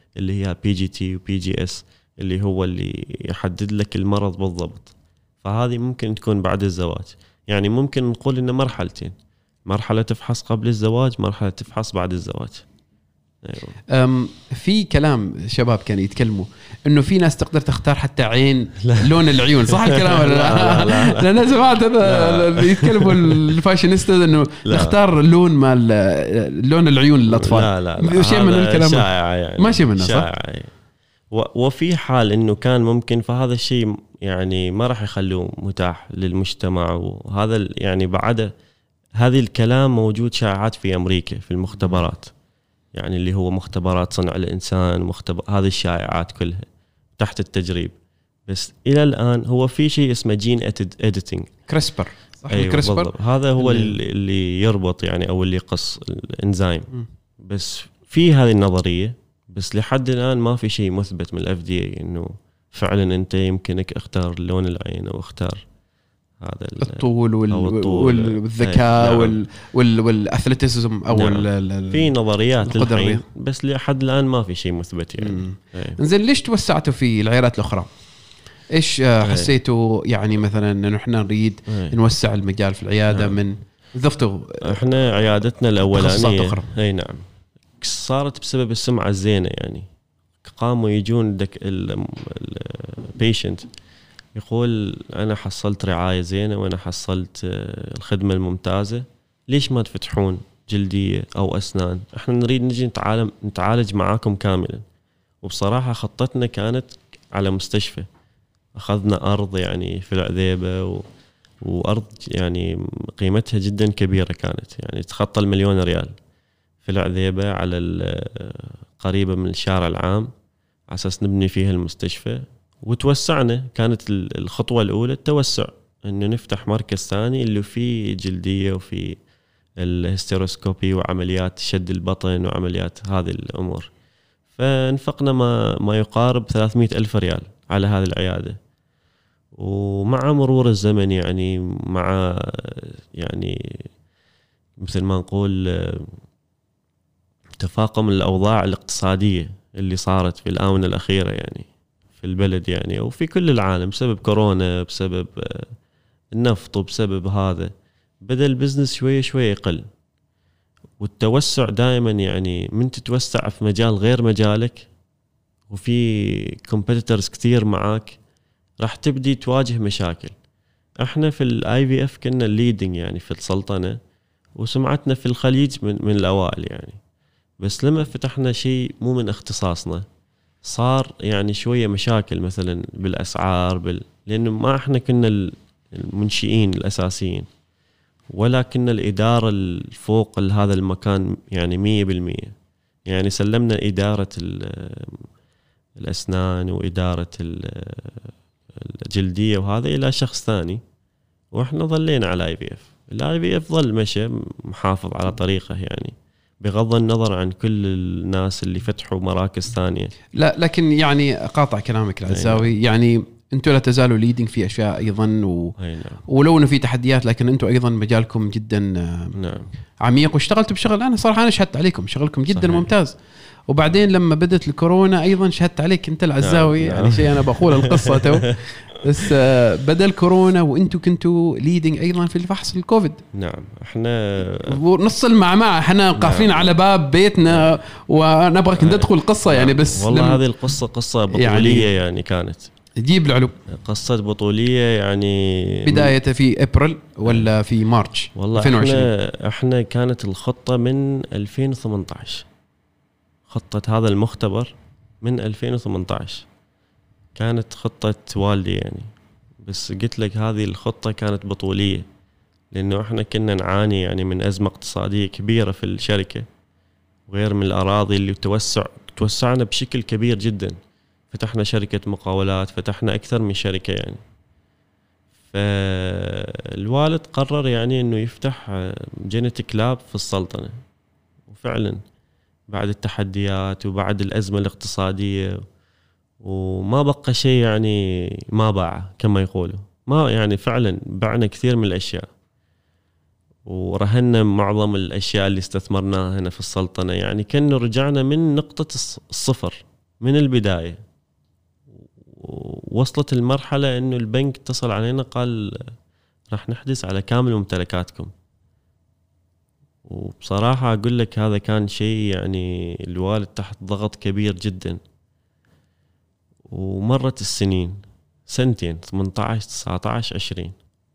اللي هي بي جي تي وبي جي اس اللي هو اللي يحدد لك المرض بالضبط. فهذه ممكن تكون بعد الزواج. يعني ممكن نقول إن مرحلتين، مرحلة تفحص قبل الزواج، مرحلة تفحص بعد الزواج. أيوة. أم في كلام شباب كانوا يتكلموا إنه في ناس تقدر تختار حتى عين لون العيون، صح الكلام ولا لا؟ لا لا, لا سمعت هذا اللي يتكلموا الفاشينيستا إنه نختار لون مال لون العيون للأطفال. لا لا, لا. شيء من الكلام شائع يعني. ما شيء منه صح؟ وفي حال إنه كان ممكن، فهذا الشيء يعني ما راح يخلوه متاح للمجتمع. وهذا يعني بعد هذه الكلام موجود شائعات في أمريكا في المختبرات، يعني اللي هو مختبرات صنع الإنسان، مختبر هذه الشائعات كلها تحت التجريب. بس إلى الآن هو في شيء اسمه جين إديتنج، كريسبر صح؟ أيوة الكريسبر هذا هو اللي, اللي يربط يعني أو اللي يقص الإنزيم. بس في هذه النظرية، بس لحد الآن ما في شيء مثبت من الإف دي إي إنه فعلا أنت يمكنك اختار لون العين أو اختار هذا الطول وال... والذكاء نعم. وال... وال... والأثليتيزم أو نعم. ال... في نظريات للحين، بس لحد الآن ما في شيء مثبت يعني. إنزين ليش توسعتوا في العيادات الأخرى؟ إيش حسيتوا يعني مثلا إنه إحنا نريد أي. نوسع المجال في العيادة نعم. من ضفتوا إحنا عيادتنا الأولانية أي نعم صارت بسبب السمعة الزينة. يعني قاموا يجون دك البيشنت يقول أنا حصلت رعاية زينة وأنا حصلت الخدمة الممتازة، ليش ما تفتحون جلدية أو أسنان؟ إحنا نريد نجي نتعالج, نتعالج معاكم كاملا. وبصراحة خطتنا كانت على مستشفى، أخذنا أرض يعني في العذيبة و... وأرض يعني قيمتها جدا كبيرة، كانت يعني تخطى المليون ريال في العذيبة على قريبة من الشارع العام على أساس نبني فيها المستشفى. وتوسعنا، كانت الخطوة الأولى التوسع، إنه نفتح مركز ثاني اللي فيه جلدية وفيه الهستيروسكوبي وعمليات شد البطن وعمليات هذه الأمور. فانفقنا ما ما يقارب ثلاثمائة ألف ريال على هذه العيادة. ومع مرور الزمن يعني مع يعني مثل ما نقول تفاقم الأوضاع الاقتصادية اللي صارت في الآونة الأخيرة يعني في البلد يعني وفي كل العالم بسبب كورونا، بسبب النفط وبسبب هذا، بدأ البزنس شوية شوية يقل. والتوسع دائما يعني من تتوسع في مجال غير مجالك وفي كومبيتيتورز كثير معاك راح تبدي تواجه مشاكل. احنا في الاي في اف كنا الليدنج يعني في السلطنة، وسمعتنا في الخليج من, من الاوائل يعني. بس لما فتحنا شيء مو من اختصاصنا صار يعني شوية مشاكل مثلا بالاسعار بال... لانه ما احنا كنا المنشئين الاساسيين، ولكن الإدارة الفوق لهذا المكان يعني مية بالمية. يعني سلمنا إدارة الأسنان وإدارة الجلدية وهذا إلى شخص ثاني، وإحنا ظلينا على آي في إف. الآي في إف ظل مشي محافظ على طريقه يعني بغض النظر عن كل الناس اللي فتحوا مراكز ثانية. لا لكن يعني قاطع كلامك العزاوي، يعني انتوا لا تزالوا ليدنج في اشياء ايضا و... نعم. ولو انه في تحديات لكن انتوا ايضا مجالكم جدا نعم. عميق، واشتغلتوا بشغل انا صراحه انا شهدت عليكم شغلكم جدا صحيح. ممتاز. وبعدين لما بدت الكورونا ايضا شهدت عليك انت العزاوي نعم. يعني شيء انا بقول القصه تو بس بدا الكورونا وانتوا كنتوا ليدنج ايضا في الفحص الكوفيد. نعم احنا ونص المعمعة احنا قافلين نعم. على باب بيتنا نعم. ونبغاك ندخل القصه نعم. يعني بس والله لم... هذه القصه قصه بطوليه يعني, يعني كانت تجيب العلوم قصة بطولية يعني بداية في أبريل ولا في مارش والله ألفين وعشرين؟ احنا, احنا كانت الخطة من ألفين وثمانية عشر، خطة هذا المختبر من ألفين وثمانية عشر كانت خطة والدي يعني. بس قلت لك هذه الخطة كانت بطولية لأنه احنا كنا نعاني يعني من أزمة اقتصادية كبيرة في الشركة، وغير من الأراضي اللي توسع توسعنا بشكل كبير جدا. فتحنا شركة مقاولات، فتحنا أكثر من شركة يعني. فالوالد قرر يعني أنه يفتح جينيتيك لاب في السلطنة، وفعلا بعد التحديات وبعد الأزمة الاقتصادية وما بقى شيء يعني ما باع كما يقولوا، ما يعني فعلا بعنا كثير من الأشياء، ورهنا معظم الأشياء اللي استثمرناها هنا في السلطنة. يعني كنا رجعنا من نقطة الصفر من البداية. وصلت المرحلة إنه البنك اتصل علينا قال راح نحجز على كامل ممتلكاتكم. وبصراحة أقول لك هذا كان شيء يعني الوالد تحت ضغط كبير جدا. ومرت السنين، سنتين، ثمانية عشر تسعة عشر عشرين،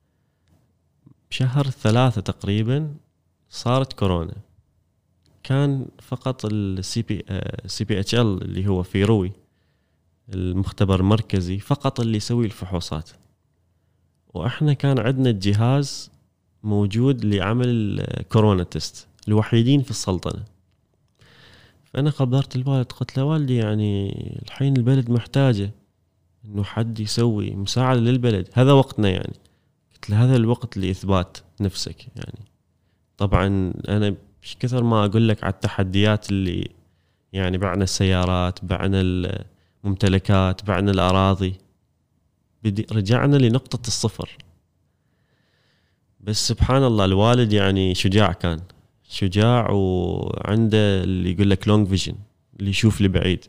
بشهر ثلاثة تقريبا صارت كورونا. كان فقط السي بي سي بي اتش ال اللي هو في روي المختبر المركزي فقط اللي يسوي الفحوصات، واحنا كان عندنا الجهاز موجود لعمل كورونا تيست الوحيدين في السلطنة. فأنا خبرت الوالد، قلت له والدي يعني الحين البلد محتاجة إنه حد يسوي مساعدة للبلد، هذا وقتنا يعني. قلت له هذا الوقت لإثبات نفسك يعني. طبعا أنا مش كثر ما أقول لك على التحديات اللي يعني بعنا السيارات، بعنا الممتلكات، بعنا الأراضي، بدي رجعنا لنقطة الصفر. بس سبحان الله الوالد يعني شجاع، كان شجاع وعنده اللي يقول لك لونج فيجن، اللي يشوف لبعيد.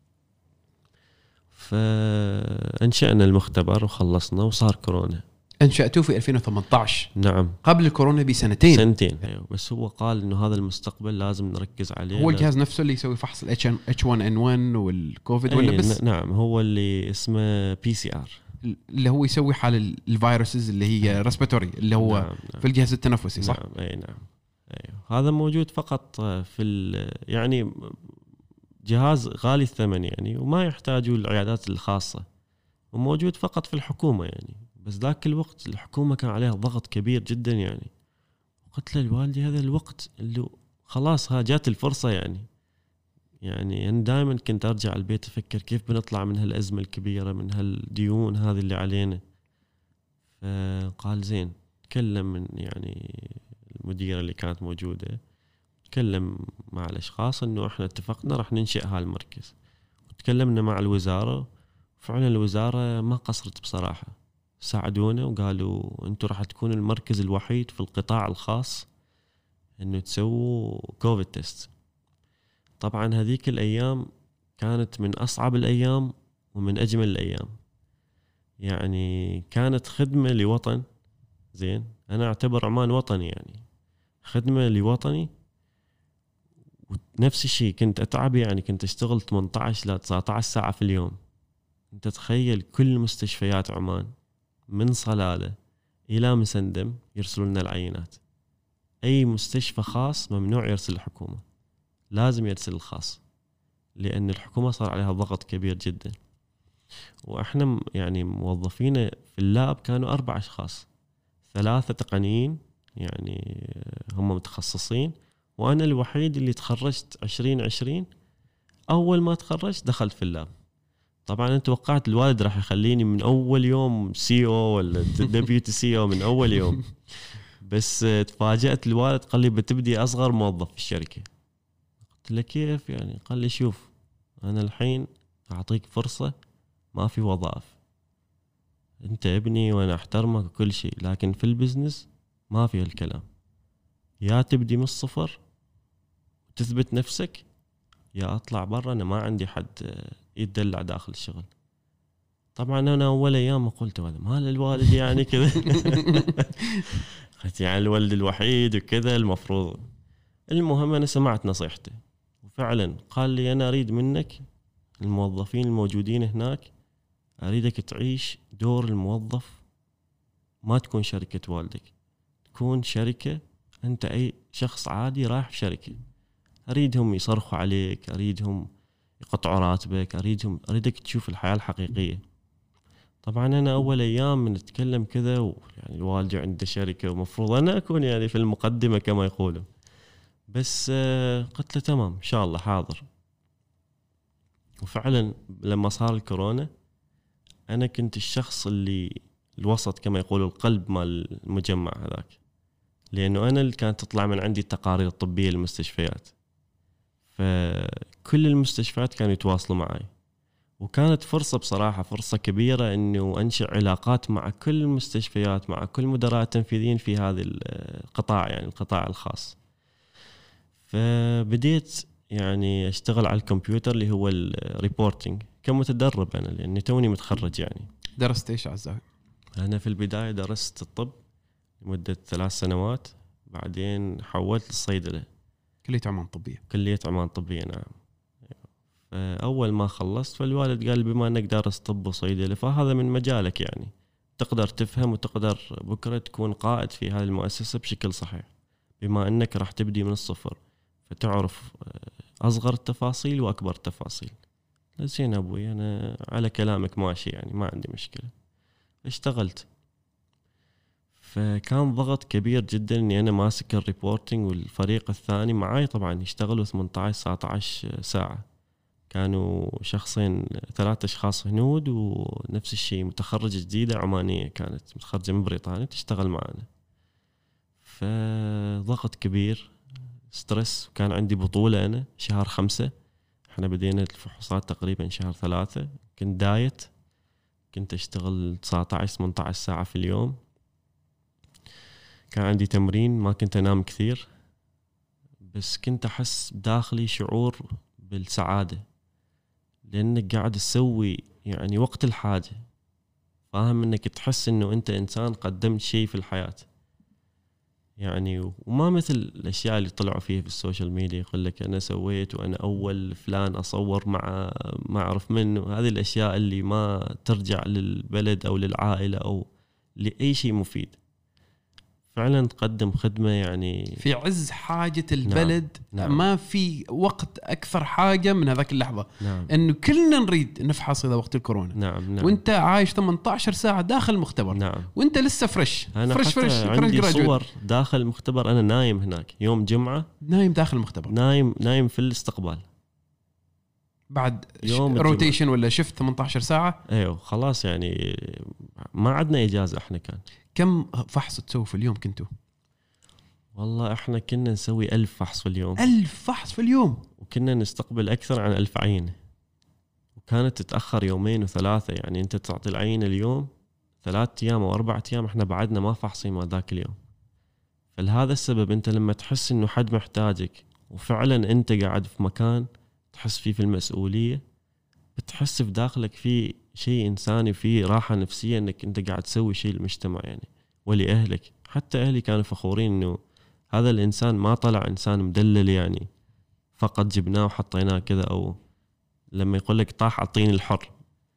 فأنشأنا المختبر وخلصنا وصار كورونا. أنشأتوه في ألفين وثمانية عشر؟ نعم، قبل الكورونا بسنتين. سنتين أيوه. بس هو قال إنه هذا المستقبل لازم نركز عليه. هو الجهاز نفسه اللي يسوي فحص ال إتش وان إن وان والكوفيد ولا بس؟ نعم، هو اللي اسمه بي سي آر، اللي هو يسوي حال الفيروسز اللي هي ريسبيتوري، اللي هو نعم نعم. في الجهاز التنفسي صح؟ نعم أي نعم أيوه. هذا موجود فقط في يعني جهاز غالي الثمن يعني، وما يحتاجوا العيادات الخاصة، وموجود فقط في الحكومة يعني. بس ذاك الوقت الحكومة كان عليها ضغط كبير جدا يعني. قلت له الوالدي هذا الوقت اللي خلاص ها جات الفرصة يعني. يعني أنا دائما كنت أرجع البيت أفكر كيف بنطلع من هالأزمة الكبيرة، من هالديون هذه اللي علينا. فقال زين، تكلم من يعني المديرة اللي كانت موجودة، تكلم مع الأشخاص إنه إحنا اتفقنا راح ننشئ هالمركز. وتكلمنا مع الوزارة، فعلا الوزارة ما قصرت بصراحة، ساعدونا وقالوا أنتوا راح تكون المركز الوحيد في القطاع الخاص إنه تسووا كوفيد تيست. طبعا هذيك الأيام كانت من أصعب الأيام ومن أجمل الأيام يعني. كانت خدمة لوطن، زين أنا أعتبر عمان وطني يعني، خدمة لوطني. ونفس الشيء كنت أتعب يعني، كنت أشتغل ثمانية عشر إلى تسعة عشر ساعة في اليوم. أنت تخيل كل مستشفيات عمان من صلالة إلى مسندم يرسلوا لنا العينات. أي مستشفى خاص ممنوع يرسل الحكومة، لازم يرسل الخاص، لأن الحكومة صار عليها ضغط كبير جدا. وإحنا يعني موظفين في اللاب كانوا أربع أشخاص، ثلاثة تقنيين يعني هم متخصصين، وأنا الوحيد اللي تخرجت عشرين عشرين. أول ما تخرجت دخلت في اللاب. طبعا أنا توقعت الوالد راح يخليني من أول يوم سي او ولا ديبيوتي سي او من أول يوم، بس تفاجأت الوالد قال لي بتبدي أصغر موظف في الشركة. قلت له كيف يعني؟ قال لي شوف أنا الحين أعطيك فرصة، ما في وظائف، أنت ابني وأنا أحترمك وكل شيء، لكن في البزنس ما في هالكلام. يا تبدي من الصفر وتثبت نفسك، يا أطلع برا، أنا ما عندي حد يتدلع داخل الشغل. طبعا أنا أول أيام قلت هذا مال الوالد يعني كذا قلت يعني الولد الوحيد وكذا المفروض. المهم أنا سمعت نصيحته، وفعلا قال لي أنا أريد منك الموظفين الموجودين هناك، أريدك تعيش دور الموظف، ما تكون شركة والدك، تكون شركة أنت أي شخص عادي رايح في شركة. أريدهم يصرخوا عليك، أريدهم يقطعوا راتبك، أريدهم أريدك تشوف الحياة الحقيقية. طبعا أنا أول أيام من نتكلم كذا، ويعني الوالد عنده شركة ومفروض أنا أكون يعني في المقدمة كما يقولوا، بس قلت له تمام إن شاء الله حاضر. وفعلا لما صار الكورونا أنا كنت الشخص اللي الوسط كما يقولوا، القلب مال المجمع هذاك، لأنه أنا اللي كانت تطلع من عندي التقارير الطبية للمستشفيات، فكل المستشفيات كانوا يتواصلوا معي. وكانت فرصة بصراحة، فرصة كبيرة إنه أنشئ علاقات مع كل المستشفيات، مع كل مدراء التنفيذيين في هذا القطاع يعني القطاع الخاص. فبديت يعني اشتغل على الكمبيوتر اللي هو الريبورتينج كمتدرب انا، لاني توني متخرج. يعني درست ايش عزاوي؟ انا في البدايه درست الطب لمده ثلاث سنوات، بعدين حولت للصيدله. كليه عمان طبيه. كليه عمان طبيه نعم. فاول ما خلصت فالوالد قال بما انك دارس طب وصيدله فهذا من مجالك، يعني تقدر تفهم وتقدر بكره تكون قائد في هذه المؤسسه بشكل صحيح، بما انك راح تبدي من الصفر فتعرف اصغر التفاصيل واكبر التفاصيل. زين ابوي انا على كلامك ماشي، يعني ما عندي مشكله. اشتغلت، فكان ضغط كبير جدا اني انا ماسك الريبورتينج والفريق الثاني معاي طبعا يشتغلوا ثمانية عشر تسعة عشر ساعه. كانوا شخصين ثلاثة اشخاص هنود ونفس الشيء متخرجه جديده عمانيه كانت متخرجه من بريطانيا تشتغل معنا. فضغط كبير، ستريس. كان عندي بطوله انا شهر خمسة، احنا بدينا الفحوصات تقريبا شهر ثلاثة. كنت دايت، كنت اشتغل تسعة عشر ثمانية عشر ساعه في اليوم. كان عندي تمرين، ما كنت انام كثير، بس كنت احس بداخلي شعور بالسعاده لانك قاعد تسوي يعني وقت الحاجه. فاهم انك تحس انه انت انسان قدمت شيء في الحياه يعني. وما مثل الاشياء اللي طلعوا فيها في السوشيال ميديا يقول لك انا سويت وانا اول فلان اصور مع ما اعرف منه. هذه الاشياء اللي ما ترجع للبلد او للعائله او لاي شيء مفيد. فعلا تقدم خدمه يعني في عز حاجه البلد. نعم. نعم. ما في وقت اكثر حاجه من هذاك اللحظه. نعم. انه كلنا نريد نفحص اذا وقت الكورونا. نعم. نعم. وانت عايش ثمانية عشر ساعه داخل المختبر. نعم. وانت لسه فريش أنا فريش فريش عندي صور داخل المختبر انا نايم هناك يوم جمعه، نايم داخل المختبر، نايم نايم في الاستقبال بعد يوم روتيشن ولا شفت ثمانية عشر ساعه. ايوه خلاص يعني ما عندنا اجازه. احنا كان كم فحص تسوي في اليوم كنتوا؟ والله احنا كنا نسوي ألف فحص في اليوم. ألف فحص في اليوم، وكنا نستقبل أكثر عن ألف عينة، وكانت تتأخر يومين وثلاثة. يعني أنت تعطي العينة اليوم، ثلاثة أيام أو أربعة أيام إحنا بعدنا ما فحصين ما ذاك اليوم. فلهذا السبب أنت لما تحس إنه حد محتاجك وفعلا أنت قاعد في مكان تحس فيه في المسؤولية، بتحس في داخلك في شيء إنساني، فيه راحة نفسية إنك أنت قاعد تسوي شيء للمجتمع يعني ولأهلك. حتى أهلي كانوا فخورين إنه هذا الإنسان ما طلع إنسان مدلل يعني فقط جبناه وحطيناه كذا، أو لما يقول لك طاح أعطيني الحر.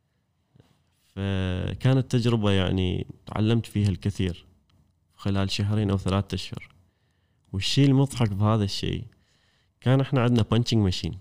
فكانت تجربة يعني تعلمت فيها الكثير خلال شهرين أو ثلاثة أشهر. والشيء المضحك بهذا الشيء كان إحنا عندنا بانشينج ماشين.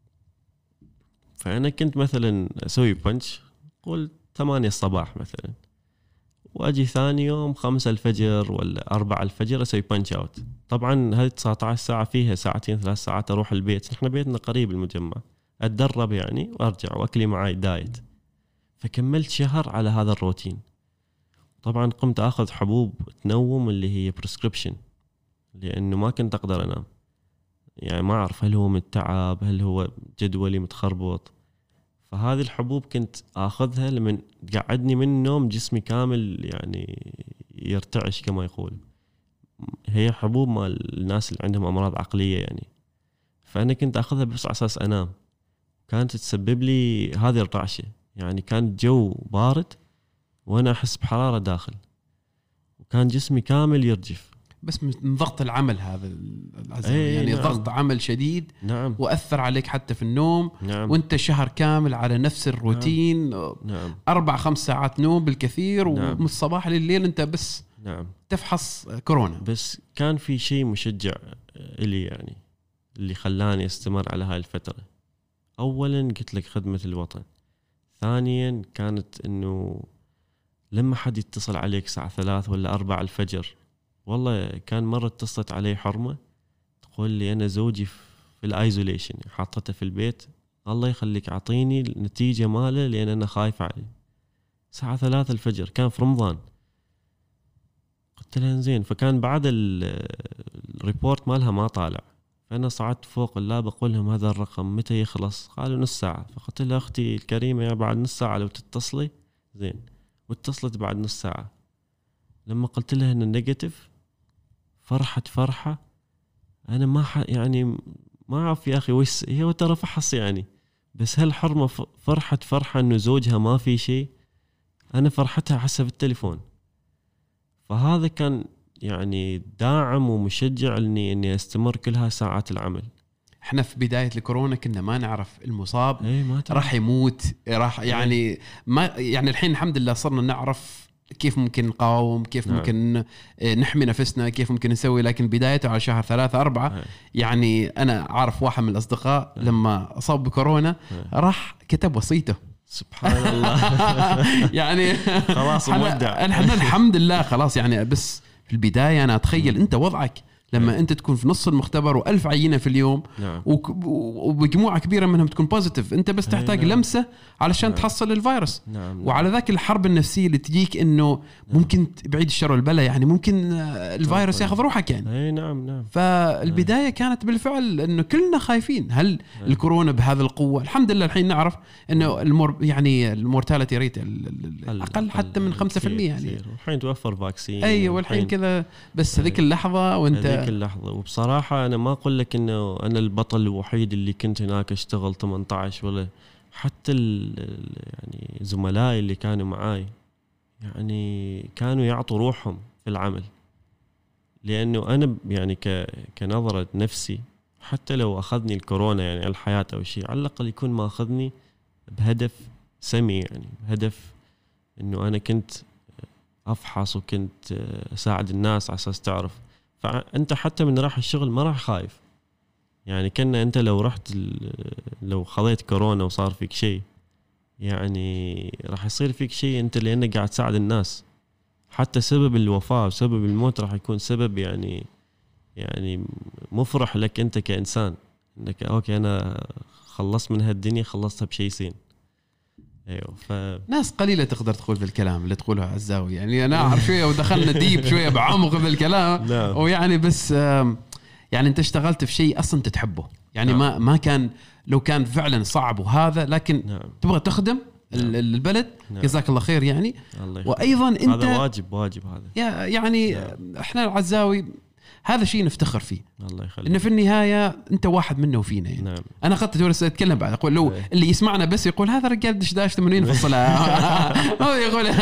فأنا كنت مثلا أسوي بانش قول ثمانية الصباح مثلا، واجي ثاني يوم خمسة الفجر ولا أربعة الفجر اسوي بانش اوت. طبعا هذه تسعة عشر ساعه فيها ساعتين ثلاث ساعات اروح البيت، احنا بيتنا قريب المجمع، اتدرب يعني وارجع واكلي معاي دايت. فكملت شهر على هذا الروتين. طبعا قمت اخذ حبوب تنوم اللي هي بريسكريبشن، لانه ما كنت اقدر انام. يعني ما اعرف هل هو من التعب هل هو جدولي متخربط. فهذه الحبوب كنت اخذها لمن تقعدني من النوم جسمي كامل يعني يرتعش كما يقول. هي حبوب مال الناس اللي عندهم امراض عقليه يعني. فانا كنت اخذها بس على اساس انام. كانت تسبب لي هذه الرعشه، يعني كان جو بارد وانا احس بحراره داخل، وكان جسمي كامل يرجف بس من ضغط العمل هذا أيه يعني نعم. ضغط عمل شديد. نعم. وأثر عليك حتى في النوم. نعم. وانت شهر كامل على نفس الروتين. نعم. نعم. أربع خمس ساعات نوم بالكثير. نعم. ومن الصباح لليل انت بس نعم. تفحص كورونا. بس كان في شيء مشجع إلي يعني اللي خلاني استمر على هاي الفترة. أولا قلت لك خدمة الوطن. ثانيا كانت انه لما حد يتصل عليك الساعة ثلاث ولا أربع الفجر، والله كان مرة اتصلت علي حرمة تقول لي أنا زوجي في الآيزوليشن حاطته في البيت، الله يخليك أعطيني النتيجة ماله لأن أنا خايف عليه. الساعة ثلاث الفجر كان في رمضان. قلت لها زين. فكان بعد الريبورت مالها ما طالع، فأنا صعدت فوق اللاب أقول لهم هذا الرقم متى يخلص؟ قالوا نص ساعة. فقلت لها أختي الكريمة يا بعد نص ساعة لو تتصلي زين. واتصلت بعد نص ساعة. لما قلت لها إن النيجاتيف فرحت فرحة أنا ما ح... يعني ما أعرف يا أخي وش هي ترى فحص يعني، بس هالحرمة فرحت فرحة إنه زوجها ما في شيء، أنا فرحتها حسب التليفون. فهذا كان يعني داعم ومشجع إني إني أستمر كل هاي ساعات العمل. احنا في بداية الكورونا كنا ما نعرف المصاب ايه راح يموت راح يعني ايه. ما يعني الحين الحمد لله صرنا نعرف كيف ممكن نقاوم، كيف نعم. ممكن نحمي نفسنا، كيف ممكن نسوي. لكن بدايته على شهر ثلاثة أربعة ايه. يعني أنا أعرف واحد من الأصدقاء ايه. لما أصاب بكورونا ايه. راح كتب وصيته سبحان الله. يعني خلاص مودع. احنا الحمد لله خلاص يعني. بس في البداية أنا أتخيل م. أنت وضعك لما أنت تكون في نص المختبر وألف عينة في اليوم نعم. ومجموعة كبيرة منهم تكون بوزيتيف، أنت بس تحتاج نعم. لمسة علشان نعم. تحصل الفيروس نعم. وعلى ذاك الحرب النفسية اللي تجيك إنه نعم. ممكن بعيد الشر والبلاء يعني ممكن الفيروس ياخذ روحك يعني أي نعم نعم. فالبداية أي. كانت بالفعل إنه كلنا خايفين هل أي. الكورونا بهذا القوة. الحمد لله الحين نعرف إنه المور يعني المورتاليتي ريت أقل حتى من خمسة في المية يعني الحين توفر فاكسين أي والحين كذا. بس هذيك اللحظة وأنت اللحظة. وبصراحة أنا ما أقول لك إنه أنا البطل الوحيد اللي كنت هناك أشتغل ثمانية عشر ولا حتى يعني زملائي اللي كانوا معاي يعني كانوا يعطوا روحهم في العمل، لأنه أنا يعني كنظرة نفسي حتى لو أخذني الكورونا يعني الحياة أو شيء، على الأقل يكون ما أخذني بهدف سمي يعني بهدف إنه أنا كنت أفحص وكنت أساعد الناس على أساس تعرف. فأنت حتى من راح الشغل ما راح خايف يعني. كنا أنت لو رحت لو خذيت كورونا وصار فيك شيء يعني راح يصير فيك شيء أنت لأنك قاعد تساعد الناس. حتى سبب الوفاة وسبب الموت راح يكون سبب يعني يعني مفرح لك أنت كإنسان إنك أوكي أنا خلصت من هالدنيا خلصتها بشيء زين. ايوه ف... ناس قليله تقدر تقول في الكلام اللي تقوله عزاوي يعني. انا اعرف شويه ودخلنا ديب شويه بعمق بالكلام ويعني بس يعني انت اشتغلت في شيء اصلا تحبه يعني. نعم. ما ما كان لو كان فعلا صعب وهذا لكن نعم. تبغى تخدم نعم. البلد نعم. جزاك الله خير يعني. الله وايضا انت هذا واجب واجب هذا يعني نعم. احنا العزاوي هذا شيء نفتخر فيه الله يخليك، لأن في النهاية أنت واحد منه وفينا يعني. نعم. أنا قد تورس أتكلم بعد أقول لو أي. اللي يسمعنا بس يقول هذا رجال دشداش ثمانين في الصلاة هو يقول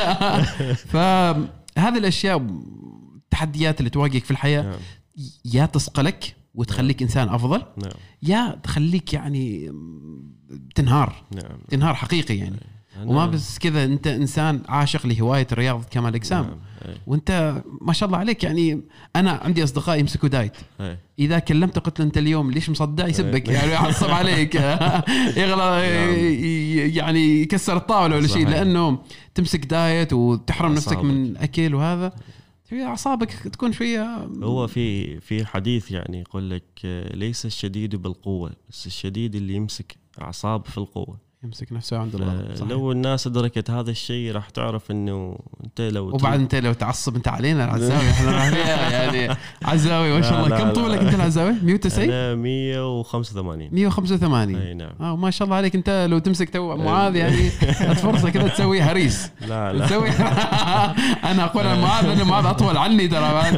فهذه الأشياء التحديات اللي تواجهك في الحياة نعم. يا تسقلك وتخليك نعم. إنسان أفضل نعم. يا تخليك يعني تنهار نعم. تنهار حقيقي يعني أنا... وما بس كذا أنت إنسان عاشق لهواية رياضة كمال الأجسام نعم. وأنت ما شاء الله عليك يعني. أنا عندي أصدقاء يمسكوا دايت أي. إذا كلمت قلت له أنت اليوم ليش مصدع يسبك يعني يعصب عليك يغلى يعني يكسر الطاولة ولا شيء لأنه تمسك دايت وتحرم نفسك من أكل وهذا في أعصابك تكون شوية. هو في في حديث يعني يقول لك ليس الشديد بالقوة بس الشديد اللي يمسك أعصاب في القوة يمسك نفسه عند الله. لو الناس أدركت هذا الشيء راح تعرف إنه أنت لو وبعد أنت لو تعصب أنت علينا العزاوي إحنا راح يعني عزاوي ما شاء الله. كم طولك أنت العزاوي؟ مية وتسعين أنا مية وخمسة وثمانين مية وخمسة وثمانين أي نعم. آه ما شاء الله عليك. أنت لو تمسك تو معاذ يعني فرصة كده تسوي هريس. لا لا تسوي أنا أقول معاذ أنا معاذ أطول عني ترى بعد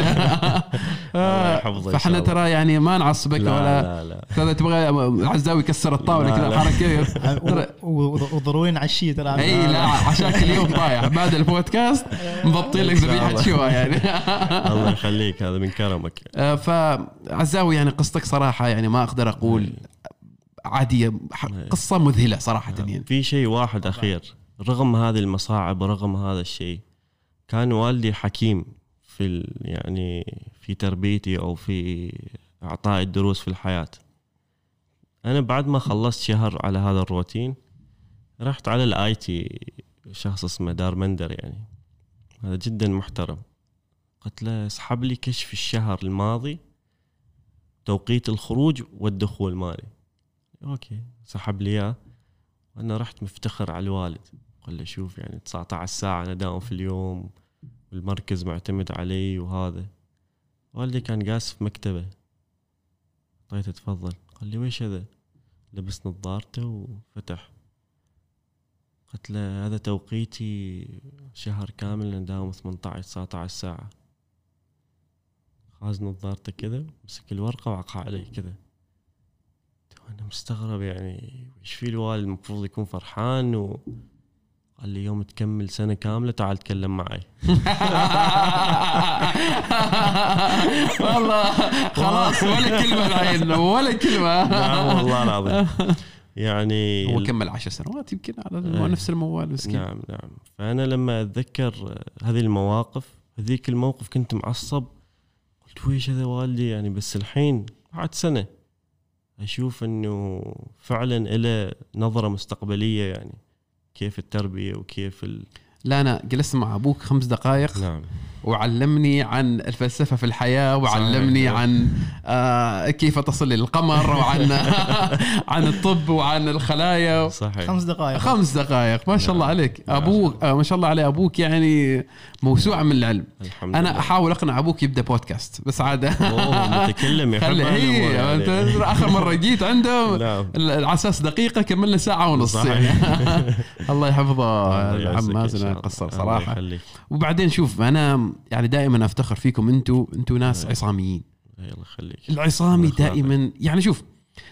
فإحنا ترى يعني ما نعصبك ولا كذا تبغى العزاوي يكسر الطاولة كذا حركة وضروين عشية ترى. اي لا عشاك اليوم طايح بعد البودكاست مبطل لك ذبيحة شوى يعني. الله يخليك هذا من كرمك. فعزاوي يعني قصتك صراحة يعني ما أقدر أقول عادية، قصة مذهلة صراحة يعني. في شيء واحد أخير رغم هذه المصاعب ورغم هذا الشيء كان والدي حكيم في يعني في تربيتي أو في إعطاء الدروس في الحياة. أنا بعد ما خلصت شهر على هذا الروتين رحت على الاي تي شخص اسمه دارمندر يعني هذا جدا محترم. قلت له اسحب لي كشف الشهر الماضي توقيت الخروج والدخول مالي. اوكي سحب لي اياه وانا رحت مفتخر على الوالد. قال له شوف يعني تسعة عشر ساعة انا داوم في اليوم والمركز معتمد علي وهذا. والدي كان جالس في مكتبه طيب تفضل. قال لي ويش هذا؟ لبس نظارته وفتح. قلت له هذا توقيتي شهر كامل نداوم ثمانية عشر تسعة عشر ساعة. خاز نظارته كذا مسك الورقة وعقها علي كذا. انا مستغرب يعني ايش في الوالد المفروض يكون فرحان، و قال لي يوم تكمل سنة كاملة تعال تكلم معي. والله خلاص ولا كلمة العين ولا كلمة. نعم والله العظيم. يعني هو كمل عشر سنوات يمكن على نفس الموال مسكين. نعم نعم. فأنا لما أتذكر هذه المواقف، هذيك الموقف كنت معصب، قلت ويش هذا والدي يعني. بس الحين بعد سنة أشوف أنه فعلا إله نظرة مستقبلية، يعني كيف التربية وكيف ال... لا أنا جلست مع أبوك خمس دقائق. نعم. وعلمني عن الفلسفة في الحياة، وعلمني صحيح. عن آه كيف تصل للقمر، وعن عن الطب وعن الخلايا. صحيح. خمس دقائق خمس دقائق ما شاء الله عليك. أبوك آه ما شاء الله عليه أبوك يعني موسوعة من العلم. الحمد أنا لله. أحاول أقنع أبوك يبدأ بودكاست بس عادة. أوه متكلم يحب عليه. أنت آخر مرة جيت عنده على أساس دقيقة كملنا ساعة ونص يعني. الله يحفظه العم مازن قصر صراحة. وبعدين شوف أنا يعني دائما أفتخر فيكم، أنتوا أنتوا ناس عصاميين. الله يخليك. العصامي دائما يعني شوف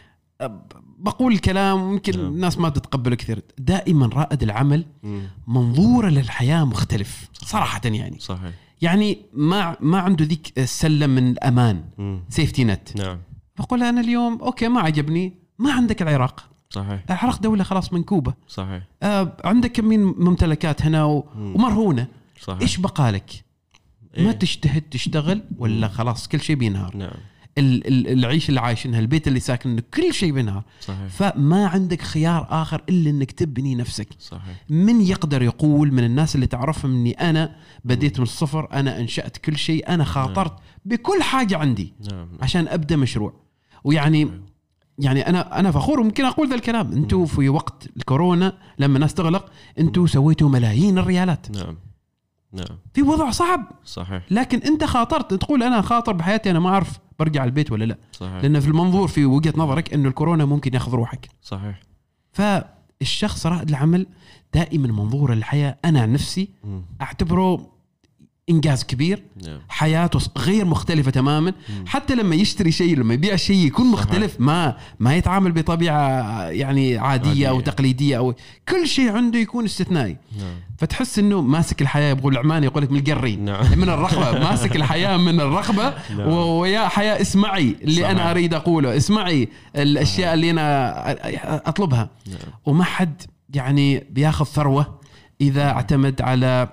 بقول الكلام ممكن الناس ما تتقبله كثير، دائما رائد العمل منظوره للحياة مختلف صراحة يعني. صحيح. يعني ما ما عنده ذيك السلة من الأمان، سيفتي نت. نعم. بقول أنا اليوم أوكي ما عجبني، ما عندك العراق. صحيح. العراق دولة خلاص منكوبة. صحيح. آه عندك كمين ممتلكات هنا و... ومرهونة. صحيح. إيش بقالك؟ إيه؟ ما تجتهد تشتغل ولا خلاص كل شيء بينهار. نعم. العيش اللي عايشينها، البيت اللي ساكنه، كل شيء بينهار. صحيح. فما عندك خيار آخر إلا إنك تبني نفسك. صحيح. من يقدر يقول من الناس اللي تعرفهم إني أنا بديت من الصفر، أنا أنشأت كل شيء، أنا خاطرت نعم. بكل حاجة عندي نعم. عشان أبدأ مشروع. ويعني صحيح. يعني أنا أنا فخور ممكن أقول ذا الكلام. أنتوا في وقت الكورونا لما الناس تغلق أنتوا سويتوا ملايين الريالات. نعم نعم. في وضع صعب. صحيح. لكن أنت خاطرت تقول أنا خاطر بحياتي، أنا ما أعرف برجع البيت ولا لا. صحيح. لأن في المنظور في وجهة نظرك إنه الكورونا ممكن يأخذ روحك. صحيح. فالشخص رائد العمل دائما منظور الحياة أنا عن نفسي م. أعتبره إنجاز كبير. نعم. حياته غير مختلفة تماما. م. حتى لما يشتري شيء لما يبيع شيء يكون مختلف. صحيح. ما ما يتعامل بطبيعة يعني عادية, عادية أو تقليدية أو كل شيء عنده يكون استثنائي. نعم. فتحس إنه ماسك الحياة. يقول العماني يقول لك من القرين. نعم. من الرغبة. ماسك الحياة من الرغبة. نعم. ويا حياة اسمعي اللي صحيح. أنا أريد أقوله، اسمعي الأشياء صحيح. اللي أنا أطلبها. نعم. وما حد يعني بياخذ ثروة إذا نعم. اعتمد على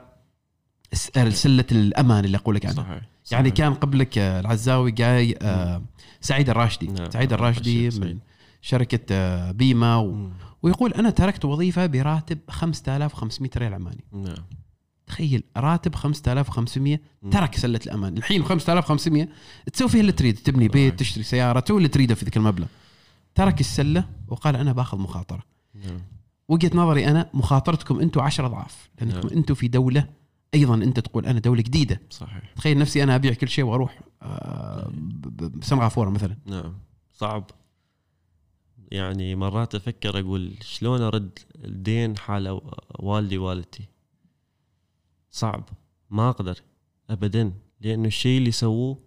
سلة الأمان اللي أقول لك عنها. صحيح. يعني كان قبلك العزاوي جاي آه سعيد الراشدي. نعم. سعيد الراشدي من شركة آه بيما و... ويقول أنا تركت وظيفة براتب خمسة آلاف وخمسمائة ريال عماني. نعم. تخيل راتب خمسة آلاف وخمسمائة ترك سلة الأمان. الحين خمسة آلاف وخمسمائة تسوي فيها اللي تريد، تبني بيت، تشتري سيارة، تسوي اللي تريده في ذيك المبلغ. ترك السلة وقال أنا باخذ مخاطرة. نعم. وجهة نظري أنا مخاطرتكم أنتوا عشرة أضعاف، لأنكم نعم. أنتوا في دولة أيضا أنت تقول أنا دولة جديدة. صحيح. تخيل نفسي أنا أبيع كل شيء وأروح آه بسنغافورة مثلا. نعم صعب. يعني مرات أفكر أقول شلون أرد الدين حال والدي والدتي. صعب، ما أقدر أبدا، لأنه الشيء اللي سووه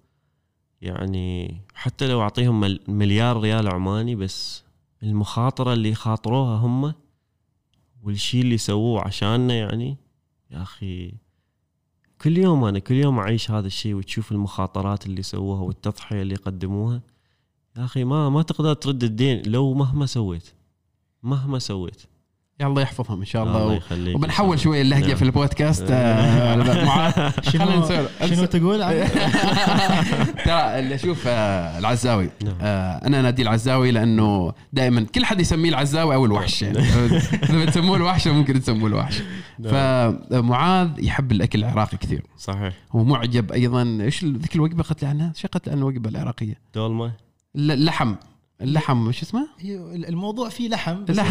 يعني حتى لو أعطيهم مليار ريال عماني، بس المخاطرة اللي خاطروها هم والشيء اللي سووه عشاننا، يعني يا أخي كل يوم أنا كل يوم أعيش هذا الشيء، وتشوف المخاطرات اللي سووها والتضحية اللي قدموها. يا أخي ما ما تقدر ترد الدين لو مهما سويت مهما سويت. يا الله يحفظهم إن شاء الله, الله و... وبنحول شوية اللهجة نعم. في البودكاست. معاذ شنو شنو تقول؟ ترى اللي أشوف العزاوي نعم. أنا نادي العزاوي لأنه دائما كل حد يسميه العزاوي أو الوحش، يعني إذا بتسموه الوحش ممكن تسموه الوحش. فمعاذ يحب الأكل العراقي كثير. صحيح. هو معجب أيضا. إيش ذيك الوجبة قلت لي عنها؟ شو قلت لي عن الوجبة العراقية؟ دولمة. اللحم اللحم مش اسمه؟ الموضوع فيه لحم. لحم.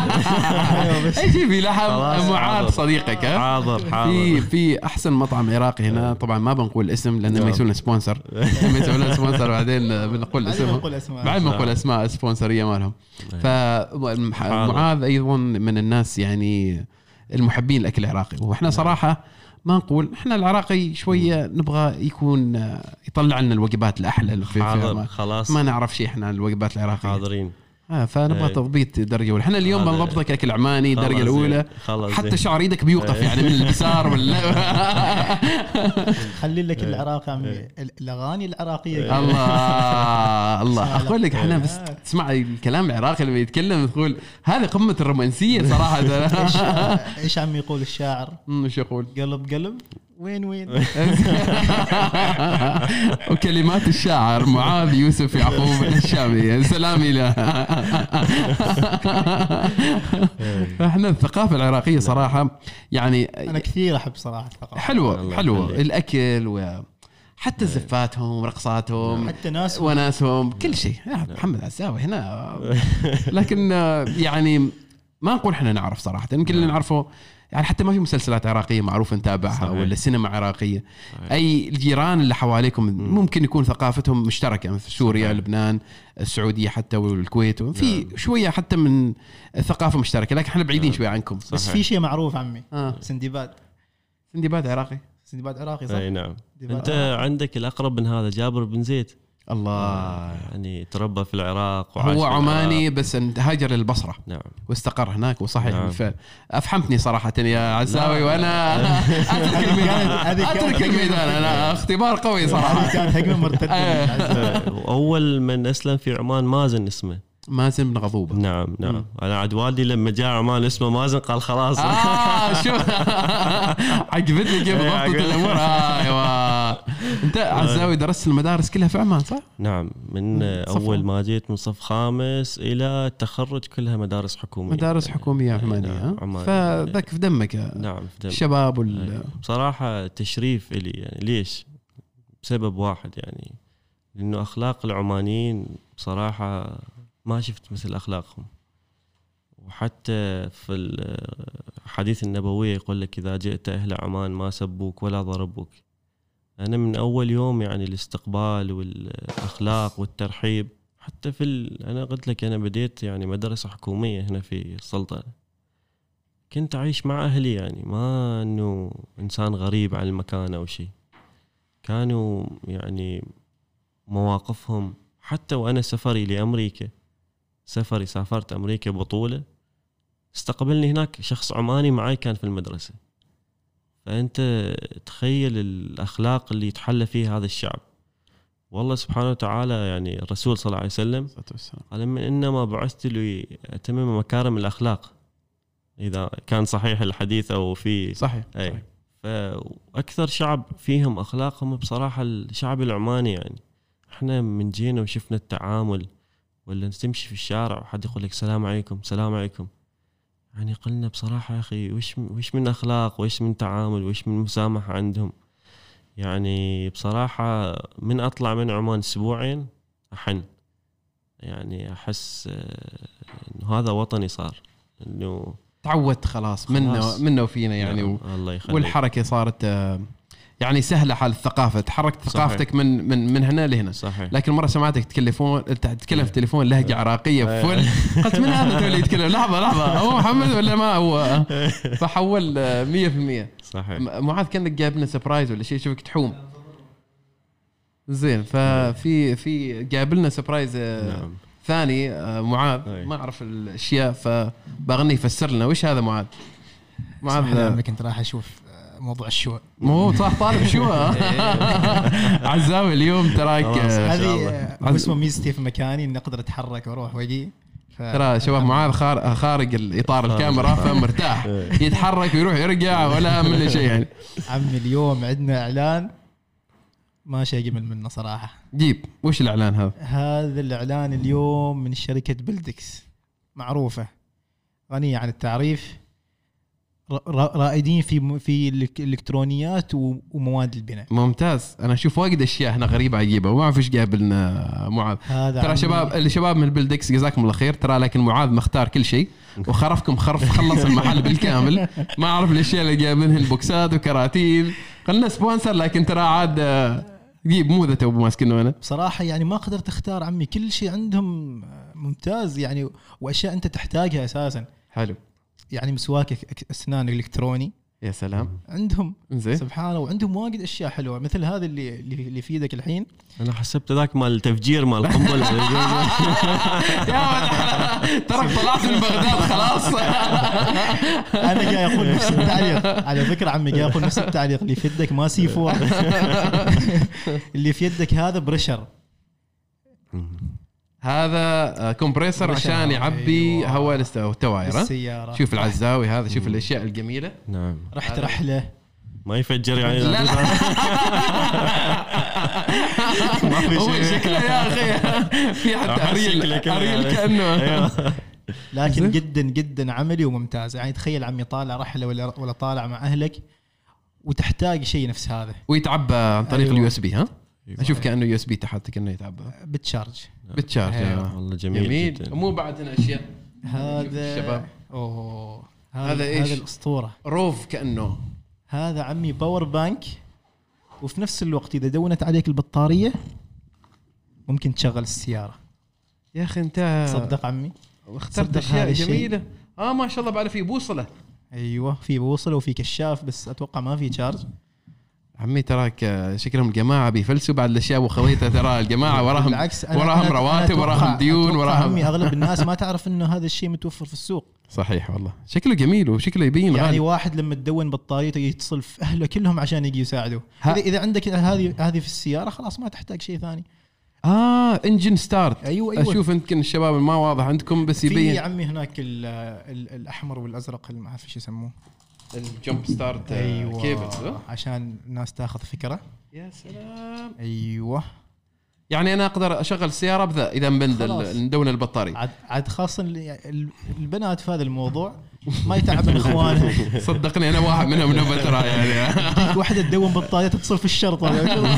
اي شيء فيه لحم. معاذ صديقك حاضر حاضر. في في احسن مطعم عراقي هنا، طبعا ما بنقول اسم لانه ما يسولنا سبونسر. لما يسولنا سبونسر بعدين بنقول اسمهم، بعد ما نقول اسماء سبونسريه مالهم. فمعاذ ايضا من الناس يعني المحبين الاكل العراقي، واحنا صراحه ما نقول احنا العراقي شويه نبغى يكون يطلع لنا الوجبات الاحلى في حاضر. خلاص ما نعرف شيء احنا الوجبات العراقيه. حاضرين اه فنبغى تضبيط درجه اولى. احنا اليوم بنضبطك اكل عماني درجه الاولى، حتى شعر ايدك بيوقف يعني من الانكسار ولا خلي لك العراق عمي الاغاني العراقيه. الله الله اقول لك احنا بس تسمع الكلام العراقي اللي بيتكلم تقول هذه قمه الرومانسيه صراحه. ايش ايش عم يقول الشاعر؟ ايش يقول؟ قلب قلب وين وين. وكلمات الشاعر معاذ يوسف يعقوب الشامي، سلامي له. احنا الثقافه العراقيه صراحه يعني انا كثير احب صراحه الثقافه حلوه حلوه الاكل وحتى زفاتهم رقصاتهم حتى ناس وناسهم كل شيء. محمد عزاوي هنا لكن يعني ما نقول احنا نعرف صراحه، يمكن اللي نعرفه يعني حتى ما في مسلسلات عراقيه معروفه نتابعها ولا سينما عراقيه. صحيح. اي الجيران اللي حواليكم ممكن يكون ثقافتهم مشتركه مثل سوريا صحيح. لبنان السعوديه حتى والكويت في نعم. شويه حتى من الثقافه مشتركه، لكن احنا بعيدين نعم. شويه عنكم. صحيح. بس في شيء معروف عمي آه. سندباد سندباد عراقي سندباد عراقي صح. اي نعم. انت عراقي. عندك الاقرب من هذا جابر بن زيد الله يعني تربى في العراق هو عماني بس هاجر للبصرة نعم. واستقر هناك وصحيح نعم. بالفعل. أفحمتني صراحة يا عزاوي وأنا أترك الميدان أترك الميدان أنا اختبار قوي صراحة. كان هجمة مرتدة. أول من أسلم في عمان مازن اسمه مازن بن غضوبة. نعم نعم م. أنا عاد والدي لما جاء عمان اسمه مازن قال خلاص آه شو عجبتني كيف ضبطت الأمور. أيوة أنت عزاوي درست المدارس كلها في عمان صح؟ نعم من أول ما جيت من صف خامس إلى التخرج كلها مدارس حكومية. مدارس حكومية عمانية. نعم. فذاك في دمك. نعم في دمك. الشباب وال... بصراحة تشريف إلي يعني ليش؟ بسبب واحد يعني لأنه أخلاق العمانيين بصراحة ما شفت مثل أخلاقهم. وحتى في الحديث النبوي يقول لك إذا جئت أهل عمان ما سبوك ولا ضربوك. أنا من أول يوم يعني الاستقبال والأخلاق والترحيب حتى في ال... أنا قلت لك أنا بديت يعني مدرسة حكومية هنا في السلطنة، كنت أعيش مع أهلي يعني ما أنه إنسان غريب عن المكان أو شيء. كانوا يعني مواقفهم حتى وأنا سفري لأمريكا سفري سافرت أمريكا بطولة استقبلني هناك شخص عماني معي كان في المدرسة. فأنت تخيل الأخلاق اللي يتحلى فيها هذا الشعب. والله سبحانه وتعالى يعني الرسول صلى الله عليه وسلم قال من إنما بعثت لي أتمم مكارم الأخلاق إذا كان صحيح الحديث أو في صحيح, أي. صحيح. فأكثر شعب فيهم أخلاقهم بصراحة الشعب العماني. يعني إحنا من جينا وشفنا التعامل ولا تمشي في الشارع وحد يقول لك سلام عليكم سلام عليكم يعني قلنا بصراحة يا أخي وش وش من أخلاق وش من تعامل وش من مسامحة عندهم. يعني بصراحة من أطلع من عمان أسبوعين أحن يعني أحس إنه هذا وطني صار إنه تعودت خلاص منه منه وفينا يعني و... والحركة صارت يعني سهلة حال الثقافة تحركت ثقافتك من من من هنا لهنا. صحيح. لكن مرة سمعتك تتكلمون تتكلم في التليفون لهجة عراقية فل قلت من هذا تولي يتكلم لحظة لحظة هو محمد ولا ما هو فحول مية في المية. صحيح. معاذ كأنك جايب لنا سبرايز ولا شيء شوفك تحوم زين ففي في جايب لنا سبرايز نعم. ثاني معاذ ما أعرف الأشياء فبغني يفسر لنا وش هذا معاذ. معاذ أنا كنت راح أشوف موضوع الشواء مو صح طالب شواء عزاوي اليوم تراك هذه اسمه ميزتي في مكاني اني اقدر اتحرك واروح واجي ف... ترى شباب معاذ خار... خارج الاطار الكاميرا فمرتاح يتحرك ويروح يرجع ولا من شيء يعني. عمي اليوم عندنا اعلان ما شيء اجمل منه صراحه. جيب وش الاعلان هذا؟ هذا الاعلان اليوم من شركه بلدكس معروفه غنيه عن التعريف رائدين في في الالكترونيات ومواد البناء. ممتاز. انا اشوف واجد اشياء هنا غريبه عجيبه وما اعرف ايش جايب لنا معاذ. ترى شباب الشباب من بلدكس جزاكم الله خير ترى لكن معاذ مختار كل شيء وخرفكم خرف خلص المحل بالكامل. ما اعرف الاشياء اللي جايبينها البوكسات وكراتين قلنا سبونسر لكن ترى عاد جيب مو ذا تو ماسكنه انا بصراحه يعني ما قدرت اختار عمي كل شيء عندهم ممتاز يعني واشياء انت تحتاجها اساسا. حلو. يعني مسواك اسنان الكتروني يا سلام عندهم زين سبحان الله. وعندهم واجد اشياء حلوه مثل هذا اللي اللي في يدك الحين. انا حسبت ذاك مال التفجير مال القنبله. ترى طلعت من بغداد خلاص. انا جاي اقول نفس التعليق على فكره عمي، جاي اقول نفس التعليق. اللي في يدك ما سي فور، اللي في يدك هذا بريشر، هذا كومبريسر عشان يعبي أيوة. هواء التواير السيارة. شوف العزاوي هذا، شوف الأشياء الجميلة. نعم رحت رحلة ما يفجر يعني. لا لا. ما في شيء شكله يا أخي في حتى أريل أريل كأنه. لكن جدا جدا عملي وممتاز. يعني تخيل عمي طالع رحلة ولا ولا طالع مع أهلك وتحتاج شيء نفس هذا، ويتعبى عن طريق اليو اس بي. ها اشوف كانه يو اس بي تحت كانه يتعبى بتشارج بتشارج. والله جميل, جميل جدا. مو بعد هنا اشياء هذا الشباب. اوه هذا, هذا ايش؟ هذا الاسطوره روف كانه. هذا عمي باور بانك، وفي نفس الوقت اذا دونت عليك البطاريه ممكن تشغل السياره. يا اخي انت صدق عمي واخترت اشياء جميله. اه ما شاء الله. بعد في بوصله. ايوه في بوصله وفي كشاف، بس اتوقع ما في تشارج. عمي تراك شكلهم الجماعه بيفلسوا بعد الاشياء وخويته. ترى الجماعه وراهم وراهم رواتب وراهم ديون وراهم. عمي اغلب الناس ما تعرف انه هذا الشيء متوفر في السوق. صحيح والله شكله جميل وشكله يبين يعني غالي. واحد لما تدون بطاريته يتصل في اهله كلهم عشان يجي يساعده. اذا اذا عندك هذه هذه في السياره خلاص ما تحتاج شيء ثاني. اه انجن ستارت. أيوة أيوة. اشوف يمكن الشباب ما واضح عندكم بس يبين. في عمي هناك ال ال الاحمر والازرق ما اعرف ايش يسموه، الجمب ستارت. أيوة. كيبلز عشان الناس تاخذ فكره. يا سلام. ايوه يعني انا اقدر اشغل السياره بذا اذا نبندل ندون البطاريه. عاد عاد خاصه البنات في هذا الموضوع ما يتعبن اخوانهم. صدقني انا واحد منهم من ترى يعني. واحده تدون بطاريه تتصل في الشرطه.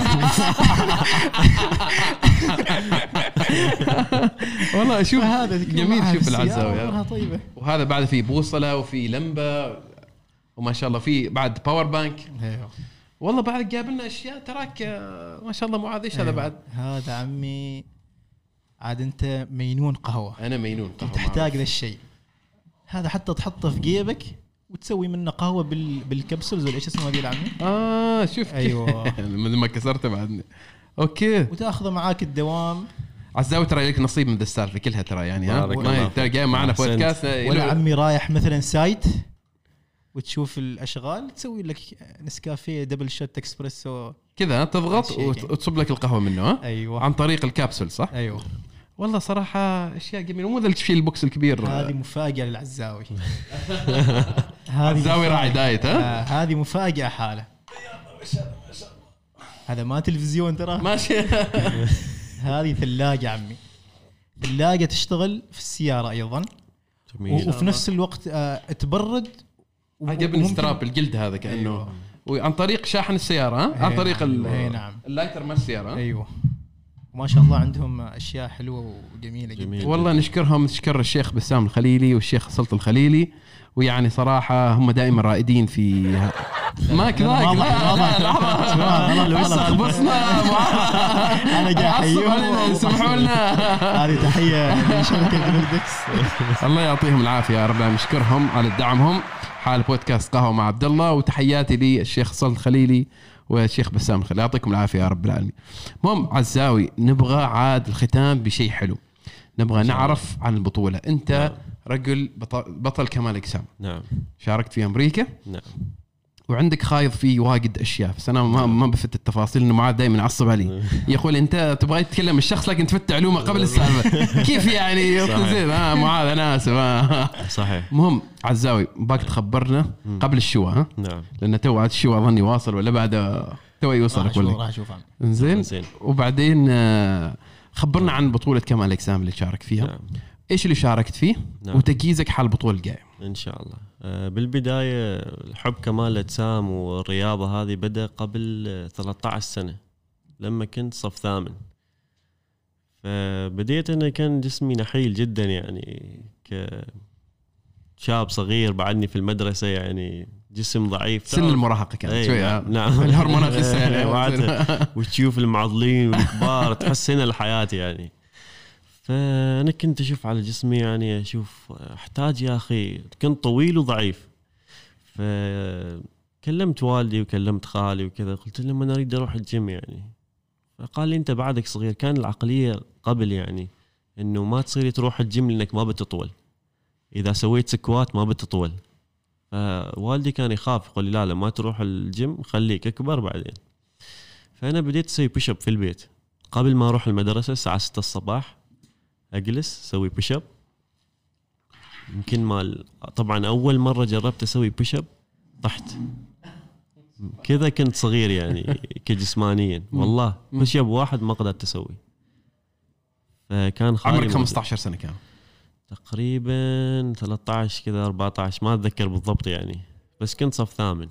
والله شوف هذا جميل. شوف العزاويه طيبه. وهذا بعد في بوصله وفي لمبه وما شاء الله في بعد باور بانك. والله بعد جاب لنا اشياء تراك ما شاء الله. معاذ ايش هذا بعد؟ هذا عمي عاد انت مينون قهوه. انا مينون قهوه. تحتاج ذا الشيء هذا حتى تحطه في جيبك وتسوي منه قهوه بال بالكبسولز ولا ايش اسمه هذه العمي. اه شوف ايوه مثل ما كسرته بعدني. اوكي وتاخذه معاك الدوام. عزاوي ترى لك نصيب من السالفه كلها ترى يعني. ها ما ترى جاي معنا بودكاست ولا عمي رايح مثلا سايت وتشوف الاشغال تسوي لك نسكافيه دبل شوت اكسبريسو كذا تضغط وتصب لك القهوه منه. ها ايوه عن طريق الكابسول صح. ايوه والله صراحه اشياء جميله. مو ذا الشيء البوكس الكبير. هذه مفاجاه للعزاوي. هذه عزاوي راعي دايت. ها آه هذه مفاجاه حاله. هذا ما تلفزيون ترى ماشي. هذه ثلاجه عمي. ثلاجه تشتغل في السياره ايضا. جميل. وفي نفس الوقت آه تبرد. عجبني استراب الجلد هذا كأنه. أيوة. وعن طريق شاحن السيارة. ها؟ عن طريق نعم. اللايتر مال السيارة. أيوة. وما شاء الله عندهم أشياء حلوة وجميلة جدا. والله نشكرهم. نشكر الشيخ بسام الخليلي والشيخ سلط الخليلي. ويعني صراحة هم دائما رائدين في ما كذاك. لا خبصنا. أنا جاي أحييهم. سمحوا لنا. هذه تحية لشركة بلدكس. الله يعطيهم العافية يا رب. نشكرهم على دعمهم حال بودكاست قهوة مع عبد الله. وتحياتي للشيخ سلط الخليلي والشيخ بسام الخليلي. يعطيكم العافية يا رب العالمين. المهم عزاوي نبغى عاد الختام بشيء حلو. نبغى نعرف عن البطولة. أنت نعم. رجل بطل كمال أجسام. نعم. شاركت في أمريكا. نعم. وعندك خايض فيه واجد أشياء بس أنا ما ما بفت التفاصيل إنه معاه دائما يعصب علي. يقول أنت تبغى تتكلم الشخص لكن تفت علومه قبل السالفة. كيف يعني؟ زين آه معاذ أنا آسف. آه. صحيح. مهم عزاوي باك تخبرنا قبل الشوا. ها. نعم. لأن تو الشوا ظني واصل ولا بعد تو يوصل كله. راح أشوف. زين. وبعدين آه خبرنا عن بطولة كمال الأجسام اللي شارك فيها. نعم. إيش اللي شاركت فيه؟ نعم. وتجهيزك حال البطولة الجاية. إن شاء الله. بالبداية الحب كمال الأجسام والرياضة هذه بدأ قبل ثلاثة عشر سنة لما كنت صف ثامن. فبديت أنا كان جسمي نحيل جدا يعني كشاب صغير بعدني في المدرسة يعني جسم ضعيف. سن المراهقة كانت شوية. نعم. الهرمونات لسه وتشوف المعضلين والكبار تحس هنا الحياة يعني. فأنا كنت أشوف على جسمي يعني أشوف أحتاج يا أخي. كنت طويل وضعيف. كلمت والدي وكلمت خالي وكذا، قلت لهم أنا أريد أروح الجيم يعني. فقال لي أنت بعدك صغير. كان العقلية قبل يعني إنه ما تصير تروح الجيم لأنك ما بتطول، إذا سويت سكوات ما بتطول. فوالدي كان يخاف، يقول لي لا لا ما تروح الجيم، خليك أكبر بعدين. فأنا بديت أسوي بوش اب في البيت قبل ما أروح المدرسة الساعة ستة الصباح، أجلس أسوي بوش اب. يمكن ما طبعا أول مرة جربت أسوي بوش اب طحت كذا، كنت صغير يعني كجسمانيا والله. بوش اب واحد ما قدرت أسوي. فكان عمرك خمسة عشر سنة كان تقريبا ثلاثة عشر كذا أربعة عشر ما أتذكر بالضبط يعني، بس كنت صف ثامن.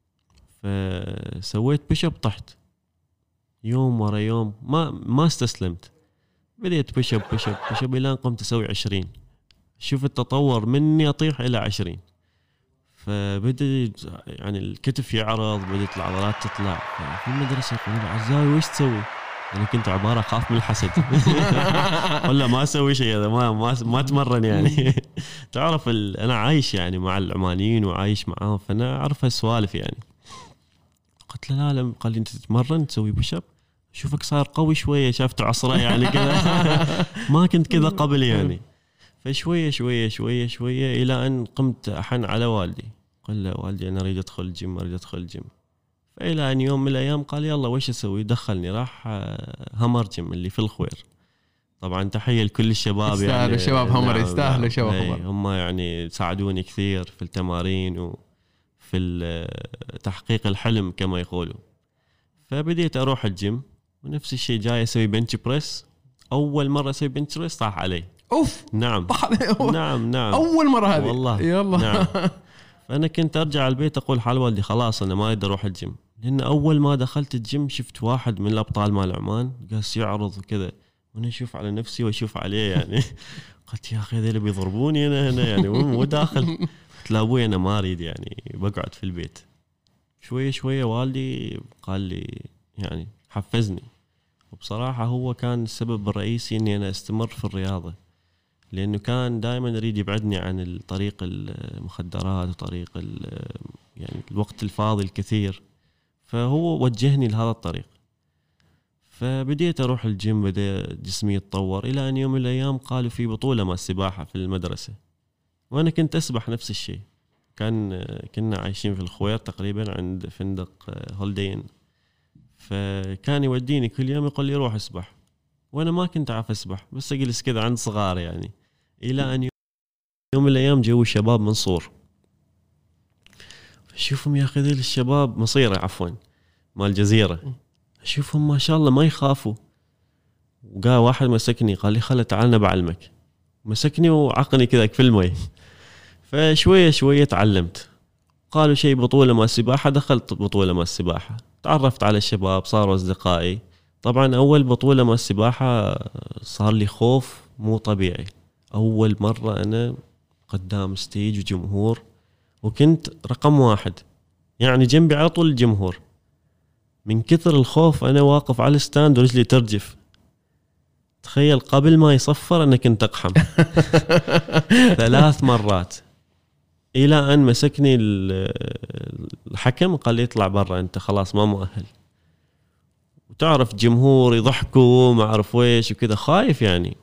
فسويت بوش اب طحت يوم ورا يوم، ما ما استسلمت. بديت بوش اب بوش اب بوش اب الى ان قمت اسوي عشرين. شوف التطور مني اطيح الى عشرين. فبدأ يعني الكتف يعرض، بدأت العضلات تطلع. في المدرسة يقولون عزاوي وش تسوي؟ أنا كنت عبارة خاف من الحسد ولا ما أسوي شيء، هذا ما ما ما أتمرن يعني. تعرف أنا عايش يعني مع العمانيين وعايش معاهم، فأنا أعرف هالسوالف يعني. قلت له لا لا، قال لي أنت تتمرن تسوي بوش اب، شوفك صار قوي شوية، شافت عصرة يعني كذا. ما كنت كذا قبل يعني. فشوية شوية شوية شوية إلى أن قمت أحن على والدي، قل له والدي أنا أريد أدخل الجيم أريد أدخل الجيم. فإلى أن يوم من الأيام قال يلا وش أسوي؟ دخلني راح همر جيم اللي في الخوير. طبعا تحية لكل الشباب يستاهلوا يعني الشباب همر، نعم يستاهلوا نعم شباب همر. هم يعني ساعدوني كثير في التمارين وفي تحقيق الحلم كما يقولوا. فبديت أروح الجيم ونفس الشيء جاي أسوي بنش بريس. أول مرة أسوي بنش بريس طاح علي. أوف. نعم نعم نعم أول مرة هذه والله. يلا. نعم. فأنا كنت أرجع البيت أقول حال والدي خلاص أنا ما أقدر أروح الجيم، لأن أول ما دخلت الجيم شفت واحد من الأبطال مال عمان قاس يعرض وكذا، وأنا أشوف على نفسي وأشوف عليه يعني. قلت يا أخي ذي بيضربوني أنا هنا يعني مو داخل. قلت له أبوي أنا ما أريد يعني بقعد في البيت. شوية شوية والدي قال لي يعني حفزني، وبصراحة هو كان السبب الرئيسي إني أنا أستمر في الرياضة، لأنه كان دائما يريد يبعدني عن الطريق المخدرات وطريق يعني الوقت الفاضي الكثير، فهو وجهني لهذا الطريق. فبديت أروح الجيم، بدأ جسمي يتطور إلى أن يوم من الأيام قالوا في بطولة مع السباحة في المدرسة، وأنا كنت أسبح نفس الشيء. كان كنا عايشين في الخوير تقريبا عند فندق هولدين، فكان يوديني كل يوم يقول لي روح اسبح، وانا ما كنت عارف اسبح بس اجلس كذا عند صغار يعني. الى ان يوم من الايام جو الشباب منصور، اشوفهم يا اخي ذي الشباب مصيره عفوا مال الجزيره، اشوفهم ما شاء الله ما يخافوا. وقال واحد مسكني قال لي خله تعال بعلمك، مسكني وعقني كذا في المي. فشويه شويه تعلمت. قالوا شيء بطوله مع السباحه، دخلت بطوله مع السباحه، تعرفت على الشباب صاروا اصدقائي. طبعا اول بطوله مع السباحه صار لي خوف مو طبيعي، اول مره انا قدام ستيج وجمهور، وكنت رقم واحد يعني جنبي على طول الجمهور. من كثر الخوف انا واقف على الستاند ورجلي ترجف. تخيل قبل ما يصفر انا كنت اقحم ثلاث مرات، الى ان مسكني الحكم قال لي اطلع برا انت خلاص ما مؤهل. وتعرف جمهور يضحكوا ما اعرف ويش وكذا، خايف يعني.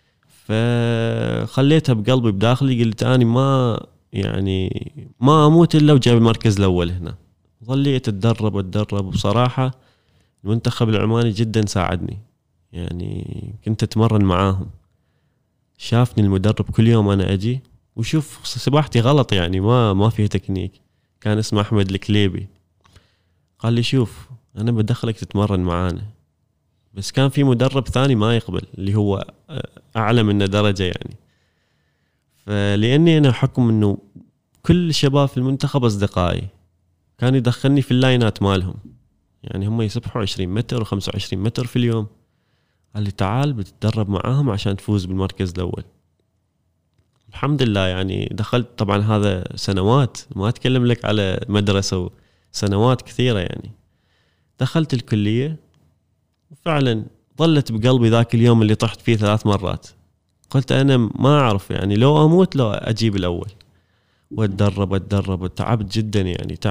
فخليتها بقلبي بداخلي، قلت اني ما يعني ما اموت الا وجايب المركز الاول هنا. ظليت اتدرب اتدرب وبصراحه المنتخب العماني جدا ساعدني، يعني كنت اتمرن معاهم. شافني المدرب كل يوم انا اجي وشوف سباحتي غلط يعني ما ما فيها تكنيك، كان اسمه احمد الكليبي. قال لي شوف انا بدخلك تتمرن معانا، بس كان في مدرب ثاني ما يقبل اللي هو اعلى منه درجه يعني. فلاني انا حكم انه كل الشباب في المنتخب اصدقائي، كان يدخلني في اللاينات مالهم، يعني هم يسبحوا عشرين متر وخمسة وعشرين متر في اليوم. قال لي تعال بتتدرب معاهم عشان تفوز بالمركز الاول. الحمد لله يعني دخلت. طبعا هذا سنوات، ما اتكلم لك على مدرسة، سنوات كثيرة يعني. دخلت الكلية وفعلا ظلت بقلبي ذاك اليوم اللي طحت فيه ثلاث مرات. قلت أنا ما أعرف يعني لو أموت لو أجيب الأول. واتدرب اتدرب وتعبت جدا يعني تعب.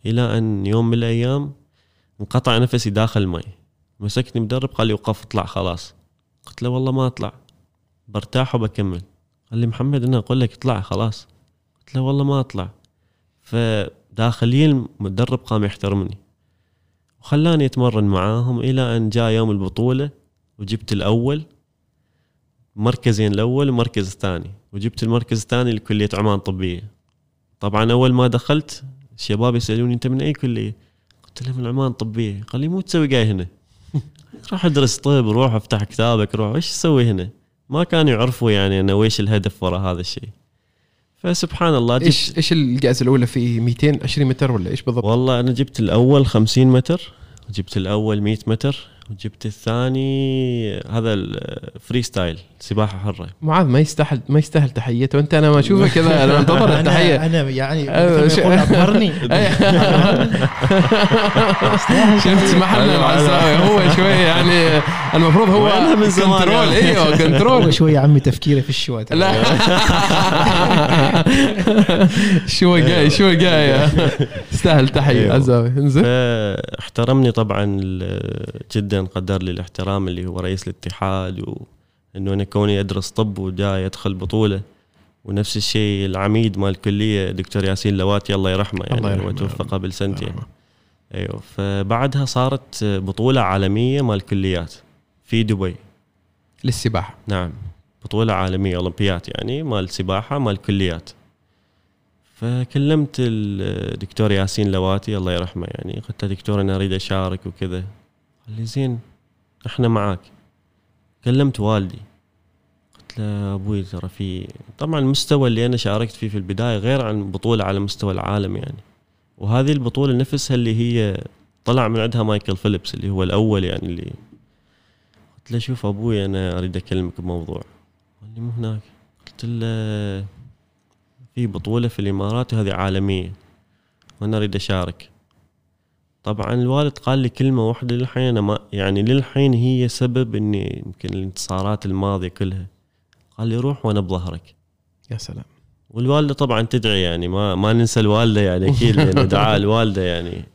الى ان يوم من الايام انقطع نفسي داخل المي. مسكني مدرب قال لي وقف اطلع خلاص. قلت له والله ما اطلع برتاح وبكمل. قال لي محمد انا اقول لك اطلع خلاص. قلت له والله ما اطلع. فداخليا المدرب قام يحترمني وخلاني اتمرن معاهم الى ان جاء يوم البطولة وجبت الاول، مركزين الاول ومركز الثاني، وجبت المركز الثاني لكلية عمان طبية. طبعا اول ما دخلت الشباب يسألوني انت من اي كلية؟ قلت لهم من عمان طبية. قال لي مو تسوي جاي هنا؟ روح ادرس طب، روح افتح كتابك، روح ايش تسوي هنا؟ ما كانوا يعرفوا يعني انا ويش الهدف وراء هذا الشيء. فسبحان الله جبت ايش ايش الجائزة الاولى في مئتين وعشرين متر ولا ايش بالضبط؟ والله انا جبت الاول خمسين متر، وجبت الاول مئة متر، وجبت الثاني هذا الفري ستايل سباحه حره. معاذ ما يستاهل ما يستاهل تحيته، وانت انا ما اشوفه كذا انا انتظر التحيه. انا يعني مثل ما يقول اقهرني. شفت محل العساوي هو شوي يعني المفروض هو من زمان كنترول. ايوه كنترول هو شوي عمي تفكيره في الشوي. لا شو جاي شو جاي استاهل تحيه عزاوي. انزين احترمني طبعا جدا، قدر لي الاحترام اللي هو رئيس الاتحاد، وانه انا كوني ادرس طب وجاي ادخل بطوله. ونفس الشيء العميد مال الكليه دكتور ياسين لواتي الله يرحمه، يعني هو توفى قبل سنتين. ايوه فبعدها صارت بطوله عالميه مال الكليات في دبي للسباحه. نعم بطوله عالميه اولمبيات يعني مال سباحه مال الكليات. فكلمت الدكتور ياسين لواتي الله يرحمه، يعني قلت له دكتور انا اريد اشارك وكذا. قال لي زين احنا معاك. كلمت والدي قلت له ابوي ترى في طبعا المستوى اللي انا شاركت فيه في البدايه غير عن بطوله على مستوى العالم يعني، وهذه البطوله نفسها اللي هي طلع من عندها مايكل فيليبس اللي هو الاول يعني. اللي قلت له شوف ابوي انا اريد اكلمك بموضوع. قال لي مو هناك. قلت له في بطوله في الامارات وهذه عالميه وانا اريد اشارك. طبعا الوالد قال لي كلمه واحده للحين انا ما يعني للحين هي سبب اني يمكن الانتصارات الماضيه كلها. قال لي روح وانا بظهرك. يا سلام. والوالده طبعا تدعي يعني ما ما ننسى الوالده يعني اكيد لان دعاء الوالده يعني.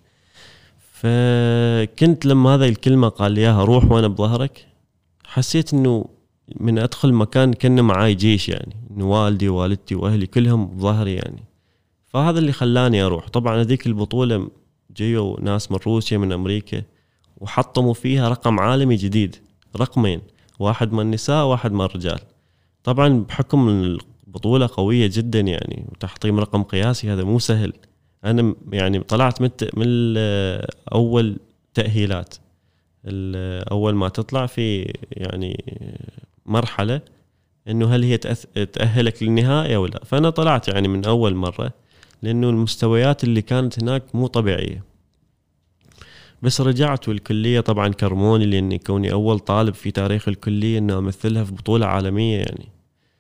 فكنت لما هذا الكلمه قال لي اياها روح وانا بظهرك، حسيت انه من ادخل مكان كنا معاي جيش يعني، انه والدي ووالدتي واهلي كلهم بظهري يعني. فهذا اللي خلاني اروح. طبعا هذيك البطوله جيوا ناس من روسيا من امريكا وحطموا فيها رقم عالمي جديد، رقمين، واحد من النساء واحد من الرجال. طبعا بحكم البطوله قويه جدا يعني وتحطيم رقم قياسي هذا مو سهل. انا يعني طلعت من من اول تاهيلات، اول ما تطلع في يعني مرحله انه هل هي تاهلك للنهائي او لا. فانا طلعت يعني من اول مره لانه المستويات اللي كانت هناك مو طبيعيه. بس رجعت والكليه طبعا كرموني لاني كوني اول طالب في تاريخ الكليه انه امثلها في بطوله عالميه يعني.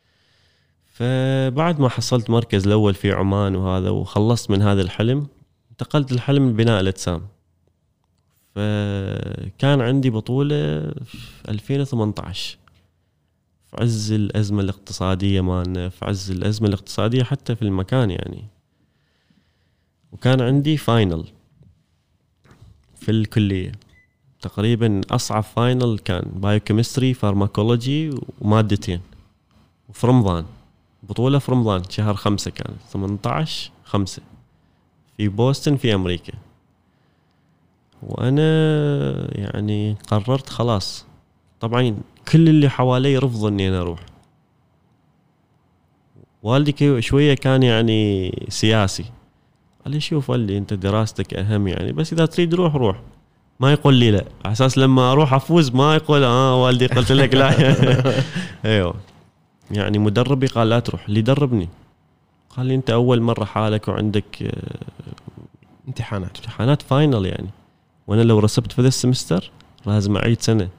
فبعد ما حصلت مركز الاول في عمان وهذا وخلصت من هذا الحلم، انتقلت للحلم البناء الاجسام. فكان عندي بطوله في ألفين وثمانية عشر في عز الازمه الاقتصاديه مالنا، في عز الازمه الاقتصاديه حتى في المكان يعني. وكان عندي فاينل في الكليه، تقريبا اصعب فاينل كان بايوكيمستري فارماكولوجي ومادتين، وفي رمضان بطوله في رمضان شهر خمسة كانت ثمانية عشر خمسة في بوسطن في امريكا. وانا يعني قررت خلاص. طبعا كل اللي حوالي رفضوا اني انا اروح. والدي شويه كان يعني سياسي، قال لي شوف والدي انت دراستك اهم يعني، بس اذا تريد روح روح، ما يقول لي لا، على اساس لما اروح افوز ما يقول اه والدي قلت لك لا. ايوه يعني مدربي قال لا تروح. اللي دربني قال لي انت اول مره حالك وعندك امتحانات امتحانات فاينل يعني، وانا لو رسبت في ذا السمستر لازم اعيد سنه.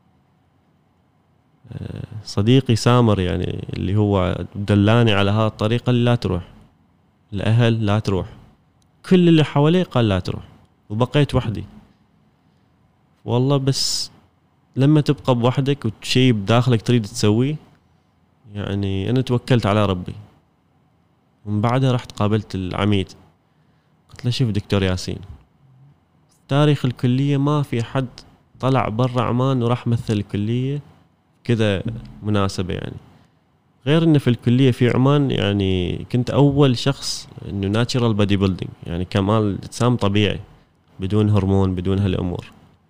صديقي سامر يعني اللي هو دلاني على هذه الطريقه اللي لا تروح، الاهل لا تروح، كل اللي حواليه قال لا تروح، وبقيت وحدي. والله بس لما تبقى بوحدك وشيء بداخلك تريد تسويه يعني، انا توكلت على ربي. ومن بعدها رحت قابلت العميد قلت له شوف دكتور ياسين، تاريخ الكلية ما في حد طلع برا عمان وراح مثل الكلية كذا مناسبة يعني، غير إنه في الكلية في عمان يعني كنت أول شخص إنه ناتشرال بادي بيلدينج، يعني كمال اجسام طبيعي بدون هرمون بدون هالأمور.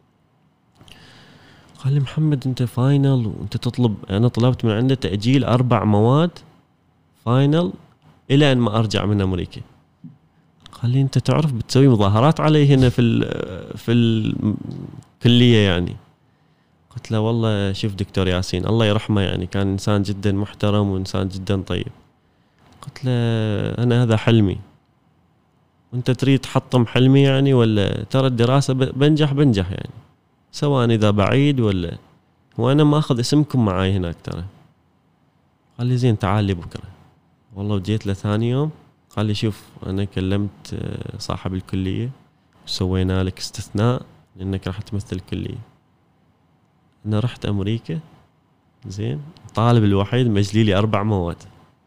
قال لي محمد أنت فاينل وأنت تطلب، أنا طلبت من عنده تأجيل أربع مواد فاينل إلى أن ما أرجع من أمريكا. قال لي أنت تعرف بتسوي مظاهرات علي هنا في في الكلية يعني. قلت له والله شوف دكتور ياسين الله يرحمه يعني كان إنسان جدا محترم وإنسان جدا طيب. قلت له أنا هذا حلمي وأنت تريد تحطم حلمي يعني، ولا ترى الدراسة بنجح بنجح يعني سواء إذا بعيد ولا، وأنا ما أخذ اسمكم معاي هناك ترى. قال لي زين تعال لي بكرة. والله وجيت له ثاني يوم قال لي شوف أنا كلمت صاحب الكلية وسوينا لك استثناء لأنك راح تمثل الكلية. أنا رحت أمريكا زين طالب الوحيد مجلي لي أربع مواد،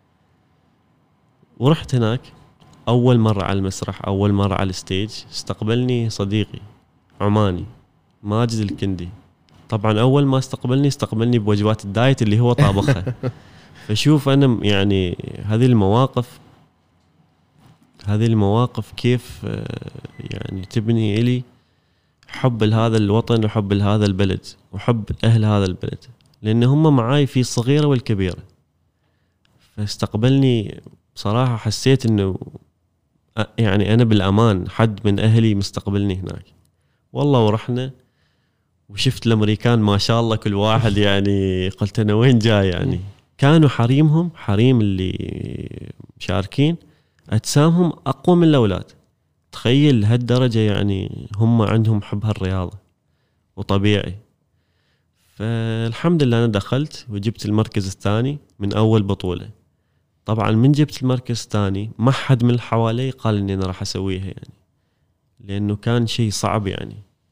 ورحت هناك أول مرة على المسرح أول مرة على الستيج استقبلني صديقي عماني ماجد الكندي. طبعا أول ما استقبلني استقبلني بوجبات الدايت اللي هو طابخها. فشوف أنا يعني هذه المواقف هذه المواقف كيف يعني تبني إلي حب لهذا الوطن وحب لهذا البلد وحب أهل هذا البلد، لأن هم معاي في الصغيرة والكبيرة. فاستقبلني بصراحة حسيت إنه يعني أنا بالأمان، حد من أهلي مستقبلني هناك والله. ورحنا وشفت الأمريكان ما شاء الله كل واحد يعني قلت أنا وين جاي يعني. كانوا حريمهم حريم اللي مشاركين أجسامهم أقوى من الأولاد، تخيل هالدرجة يعني هم عندهم حب هالرياضة وطبيعي. فالحمد لله أنا دخلت وجبت المركز الثاني من أول بطولة. طبعا من جبت المركز الثاني ما حد من اللي حوالي قال إني أنا راح أسويها يعني، لأنه كان شيء صعب يعني.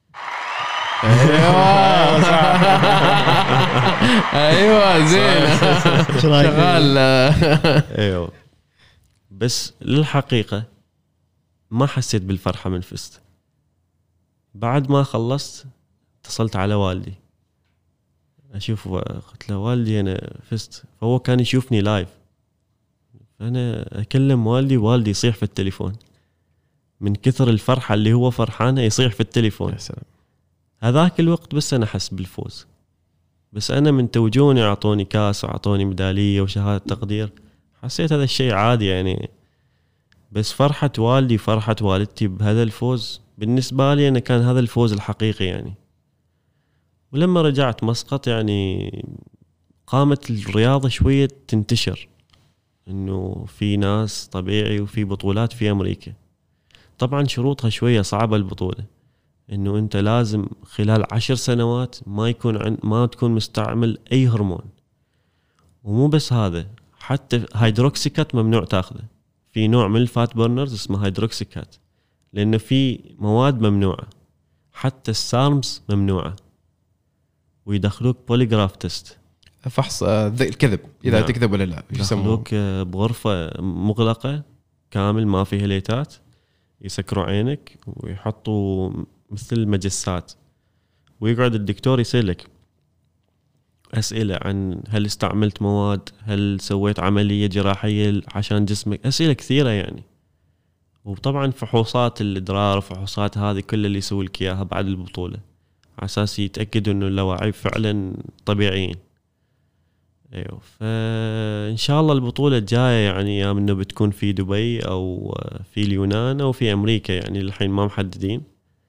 ايوه ايوه زين شغال. ايوه بس للحقيقة ما حسيت بالفرحة من فزت. بعد ما خلصت اتصلت على والدي اشوف، قلت له والدي انا فزت، فهو كان يشوفني لايف. فانا اكلم والدي والدي يصيح في التليفون من كثر الفرحة اللي هو فرحانه، يصيح في التليفون. يا سلام. هذاك الوقت بس انا حس بالفوز، بس انا من توجوني اعطوني كاس واعطوني ميداليه وشهاده تقدير حسيت هذا الشيء عادي يعني. بس فرحه والدي فرحه والدتي بهذا الفوز بالنسبه لي انا كان هذا الفوز الحقيقي يعني. ولما رجعت مسقط يعني قامت الرياضه شويه تنتشر، انه في ناس طبيعي وفي بطولات في امريكا. طبعا شروطها شويه صعبه البطوله، انه انت لازم خلال عشر سنوات ما يكون عن ما تكون مستعمل اي هرمون. ومو بس هذا، حتى هيدروكسيكات ممنوع تاخذه. في نوع من الفات بيرنرز اسمه هيدروكسيكات، لانه في مواد ممنوعه، حتى السارمز ممنوعه. ويدخلوك بوليغراف تيست، فحص الكذب اذا نعم. تكذب ولا لا. يدخلوك بغرفه مغلقه كامل ما فيها ليتات، يسكروا عينك ويحطوا مثل المجسات، ويقعد الدكتور يسألك أسئلة عن هل استعملت مواد، هل سويت عملية جراحية عشان جسمك، أسئلة كثيرة يعني. وطبعا فحوصات الإدرار وفحوصات هذه كل اللي يسوي لك إياها بعد البطولة على أساس يتأكدوا إنه اللاعب فعلا طبيعيين. أيوه. فإن شاء الله البطولة الجاية يعني يا منه بتكون في دبي أو في اليونان أو في أمريكا، يعني الحين ما محددين.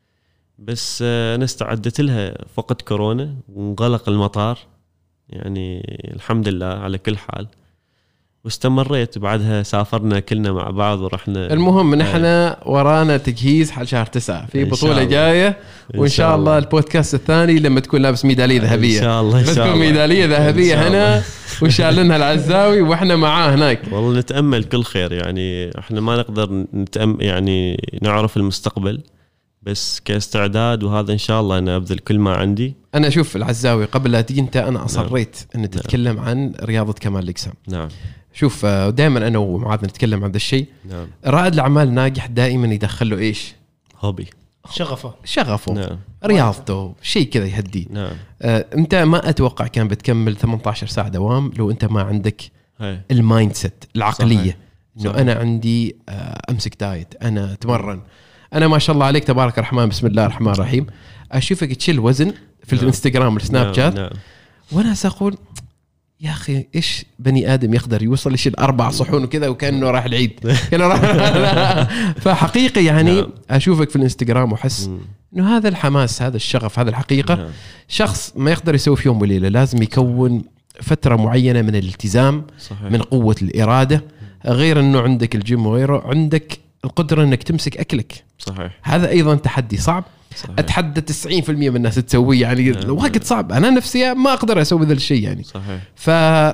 بس أنا استعدت لها فقط كورونا وانغلق المطار يعني الحمد لله على كل حال، واستمريت. بعدها سافرنا كلنا مع بعض ورحنا. المهم ان احنا ورانا تجهيز حال شهر تسعة في بطولة جاية، وان شاء الله البودكاست الثاني لما تكون لابس ميدالية ذهبية ان شاء الله. بتكون ميدالية ذهبية هنا وشالنها العزاوي واحنا معاه هناك. والله نتأمل كل خير يعني. احنا ما نقدر نتأم يعني نعرف المستقبل، بس كاستعداد وهذا ان شاء الله انا ابذل كل ما عندي. انا اشوف العزاوي قبل لا تيجي انت انا اصريت نعم. ان تتكلم نعم. عن رياضة كمال الأجسام. نعم. شوف دائما انا ومعاذ نتكلم عن هذا الشيء. نعم. رائد الاعمال ناجح دائما يدخل له ايش؟ هوبي، شغفه شغفه. نعم. رياضته، شيء كذا يهديه. نعم. آه، انت ما اتوقع كان بتكمل ثمانية عشر ساعه دوام لو انت ما عندك هي. المايند سيت، العقليه، انه صحيح. انا عندي آه، امسك دايت، انا اتمرن. انا ما شاء الله عليك تبارك الرحمن، بسم الله الرحمن الرحيم، اشوفك تشيل وزن في نعم. الانستغرام والسناب نعم. شات. نعم. وانا اقول يا اخي ايش بني ادم يقدر يوصل يشيل اربع صحون وكذا وكانه راح العيد كانه راح فحقيقه يعني نعم. اشوفك في الانستغرام واحس انه هذا الحماس، هذا الشغف، هذا الحقيقه. نعم. شخص ما يقدر يسوي في يوم وليله، لازم يكون فتره معينه من الالتزام، صحيح. من قوه الاراده. غير انه عندك الجيم وغيره، عندك القدره انك تمسك اكلك. صحيح. هذا ايضا تحدي صعب. صحيح. اتحدى تسعين بالمئة من الناس تسويه يعني. نعم. وقت صعب، انا نفسي ما اقدر اسوي ذا الشيء يعني. صحيح. ف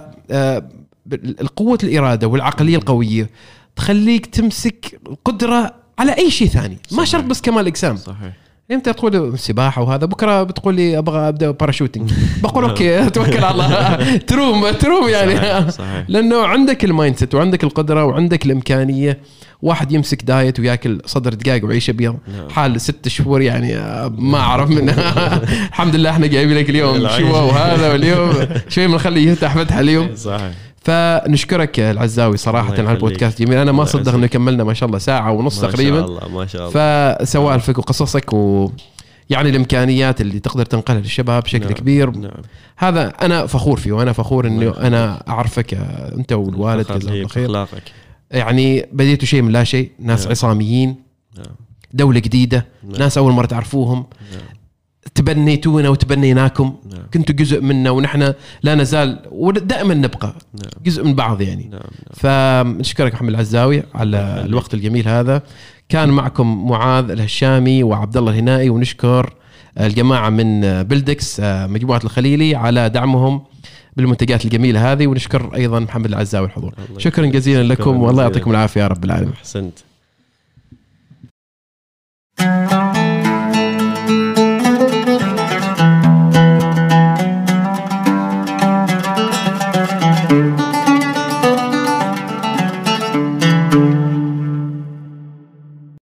القوه الاراده والعقليه القويه تخليك تمسك القدره على اي شيء ثاني. ما صحيح. شرط بس كمال اجسام. صحيح. انت تقول سباحه وهذا، بكره بتقول لي ابغى ابدا باراشوتنج، بقول اوكي توكل على الله تروم تروم يعني. صحيح. صحيح. لانه عندك المايند سيت وعندك القدره وعندك الامكانيه. واحد يمسك دايت وياكل صدر دقائق ويعيش ابيض حال ست شهور يعني ما اعرف منها. الحمد لله احنا جايبين لك اليوم شوا وهذا، واليوم شوي بنخليه يفتح فتحه اليوم. صحيح. فنشكرك العزاوي صراحه على البودكاست جميل. انا ما صدق انه كملنا ما شاء الله ساعه ونص تقريبا. ما شاء الله ما شاء الله. فسوالفك وقصصك و يعني الامكانيات اللي تقدر تنقلها للشباب بشكل نعم. كبير. نعم. هذا انا فخور فيه، وانا فخور انه انا اعرفك انت والوالد جزاك الله خير. اخلاقك يعني بديتوا شيء من لا شيء، ناس نعم. عصاميين. نعم. دولة جديدة. نعم. ناس أول مرة تعرفوهم. نعم. تبنيتونا وتبنيناكم. نعم. كنتوا جزء منا ونحن لا نزال ودائما نبقى نعم. جزء من بعض يعني. نعم. فنشكرك محمد العزاوي على نعم. الوقت الجميل هذا. كان معكم معاذ الهشامي وعبد الله الهنائي، ونشكر الجماعة من بلدكس مجموعة الخليلي على دعمهم بالمنتجات الجميلة هذه، ونشكر أيضا محمد العزاوي الحضور. شكرا جزيلا لكم والله يعطيكم العافية يا رب العالمين. أحسنت.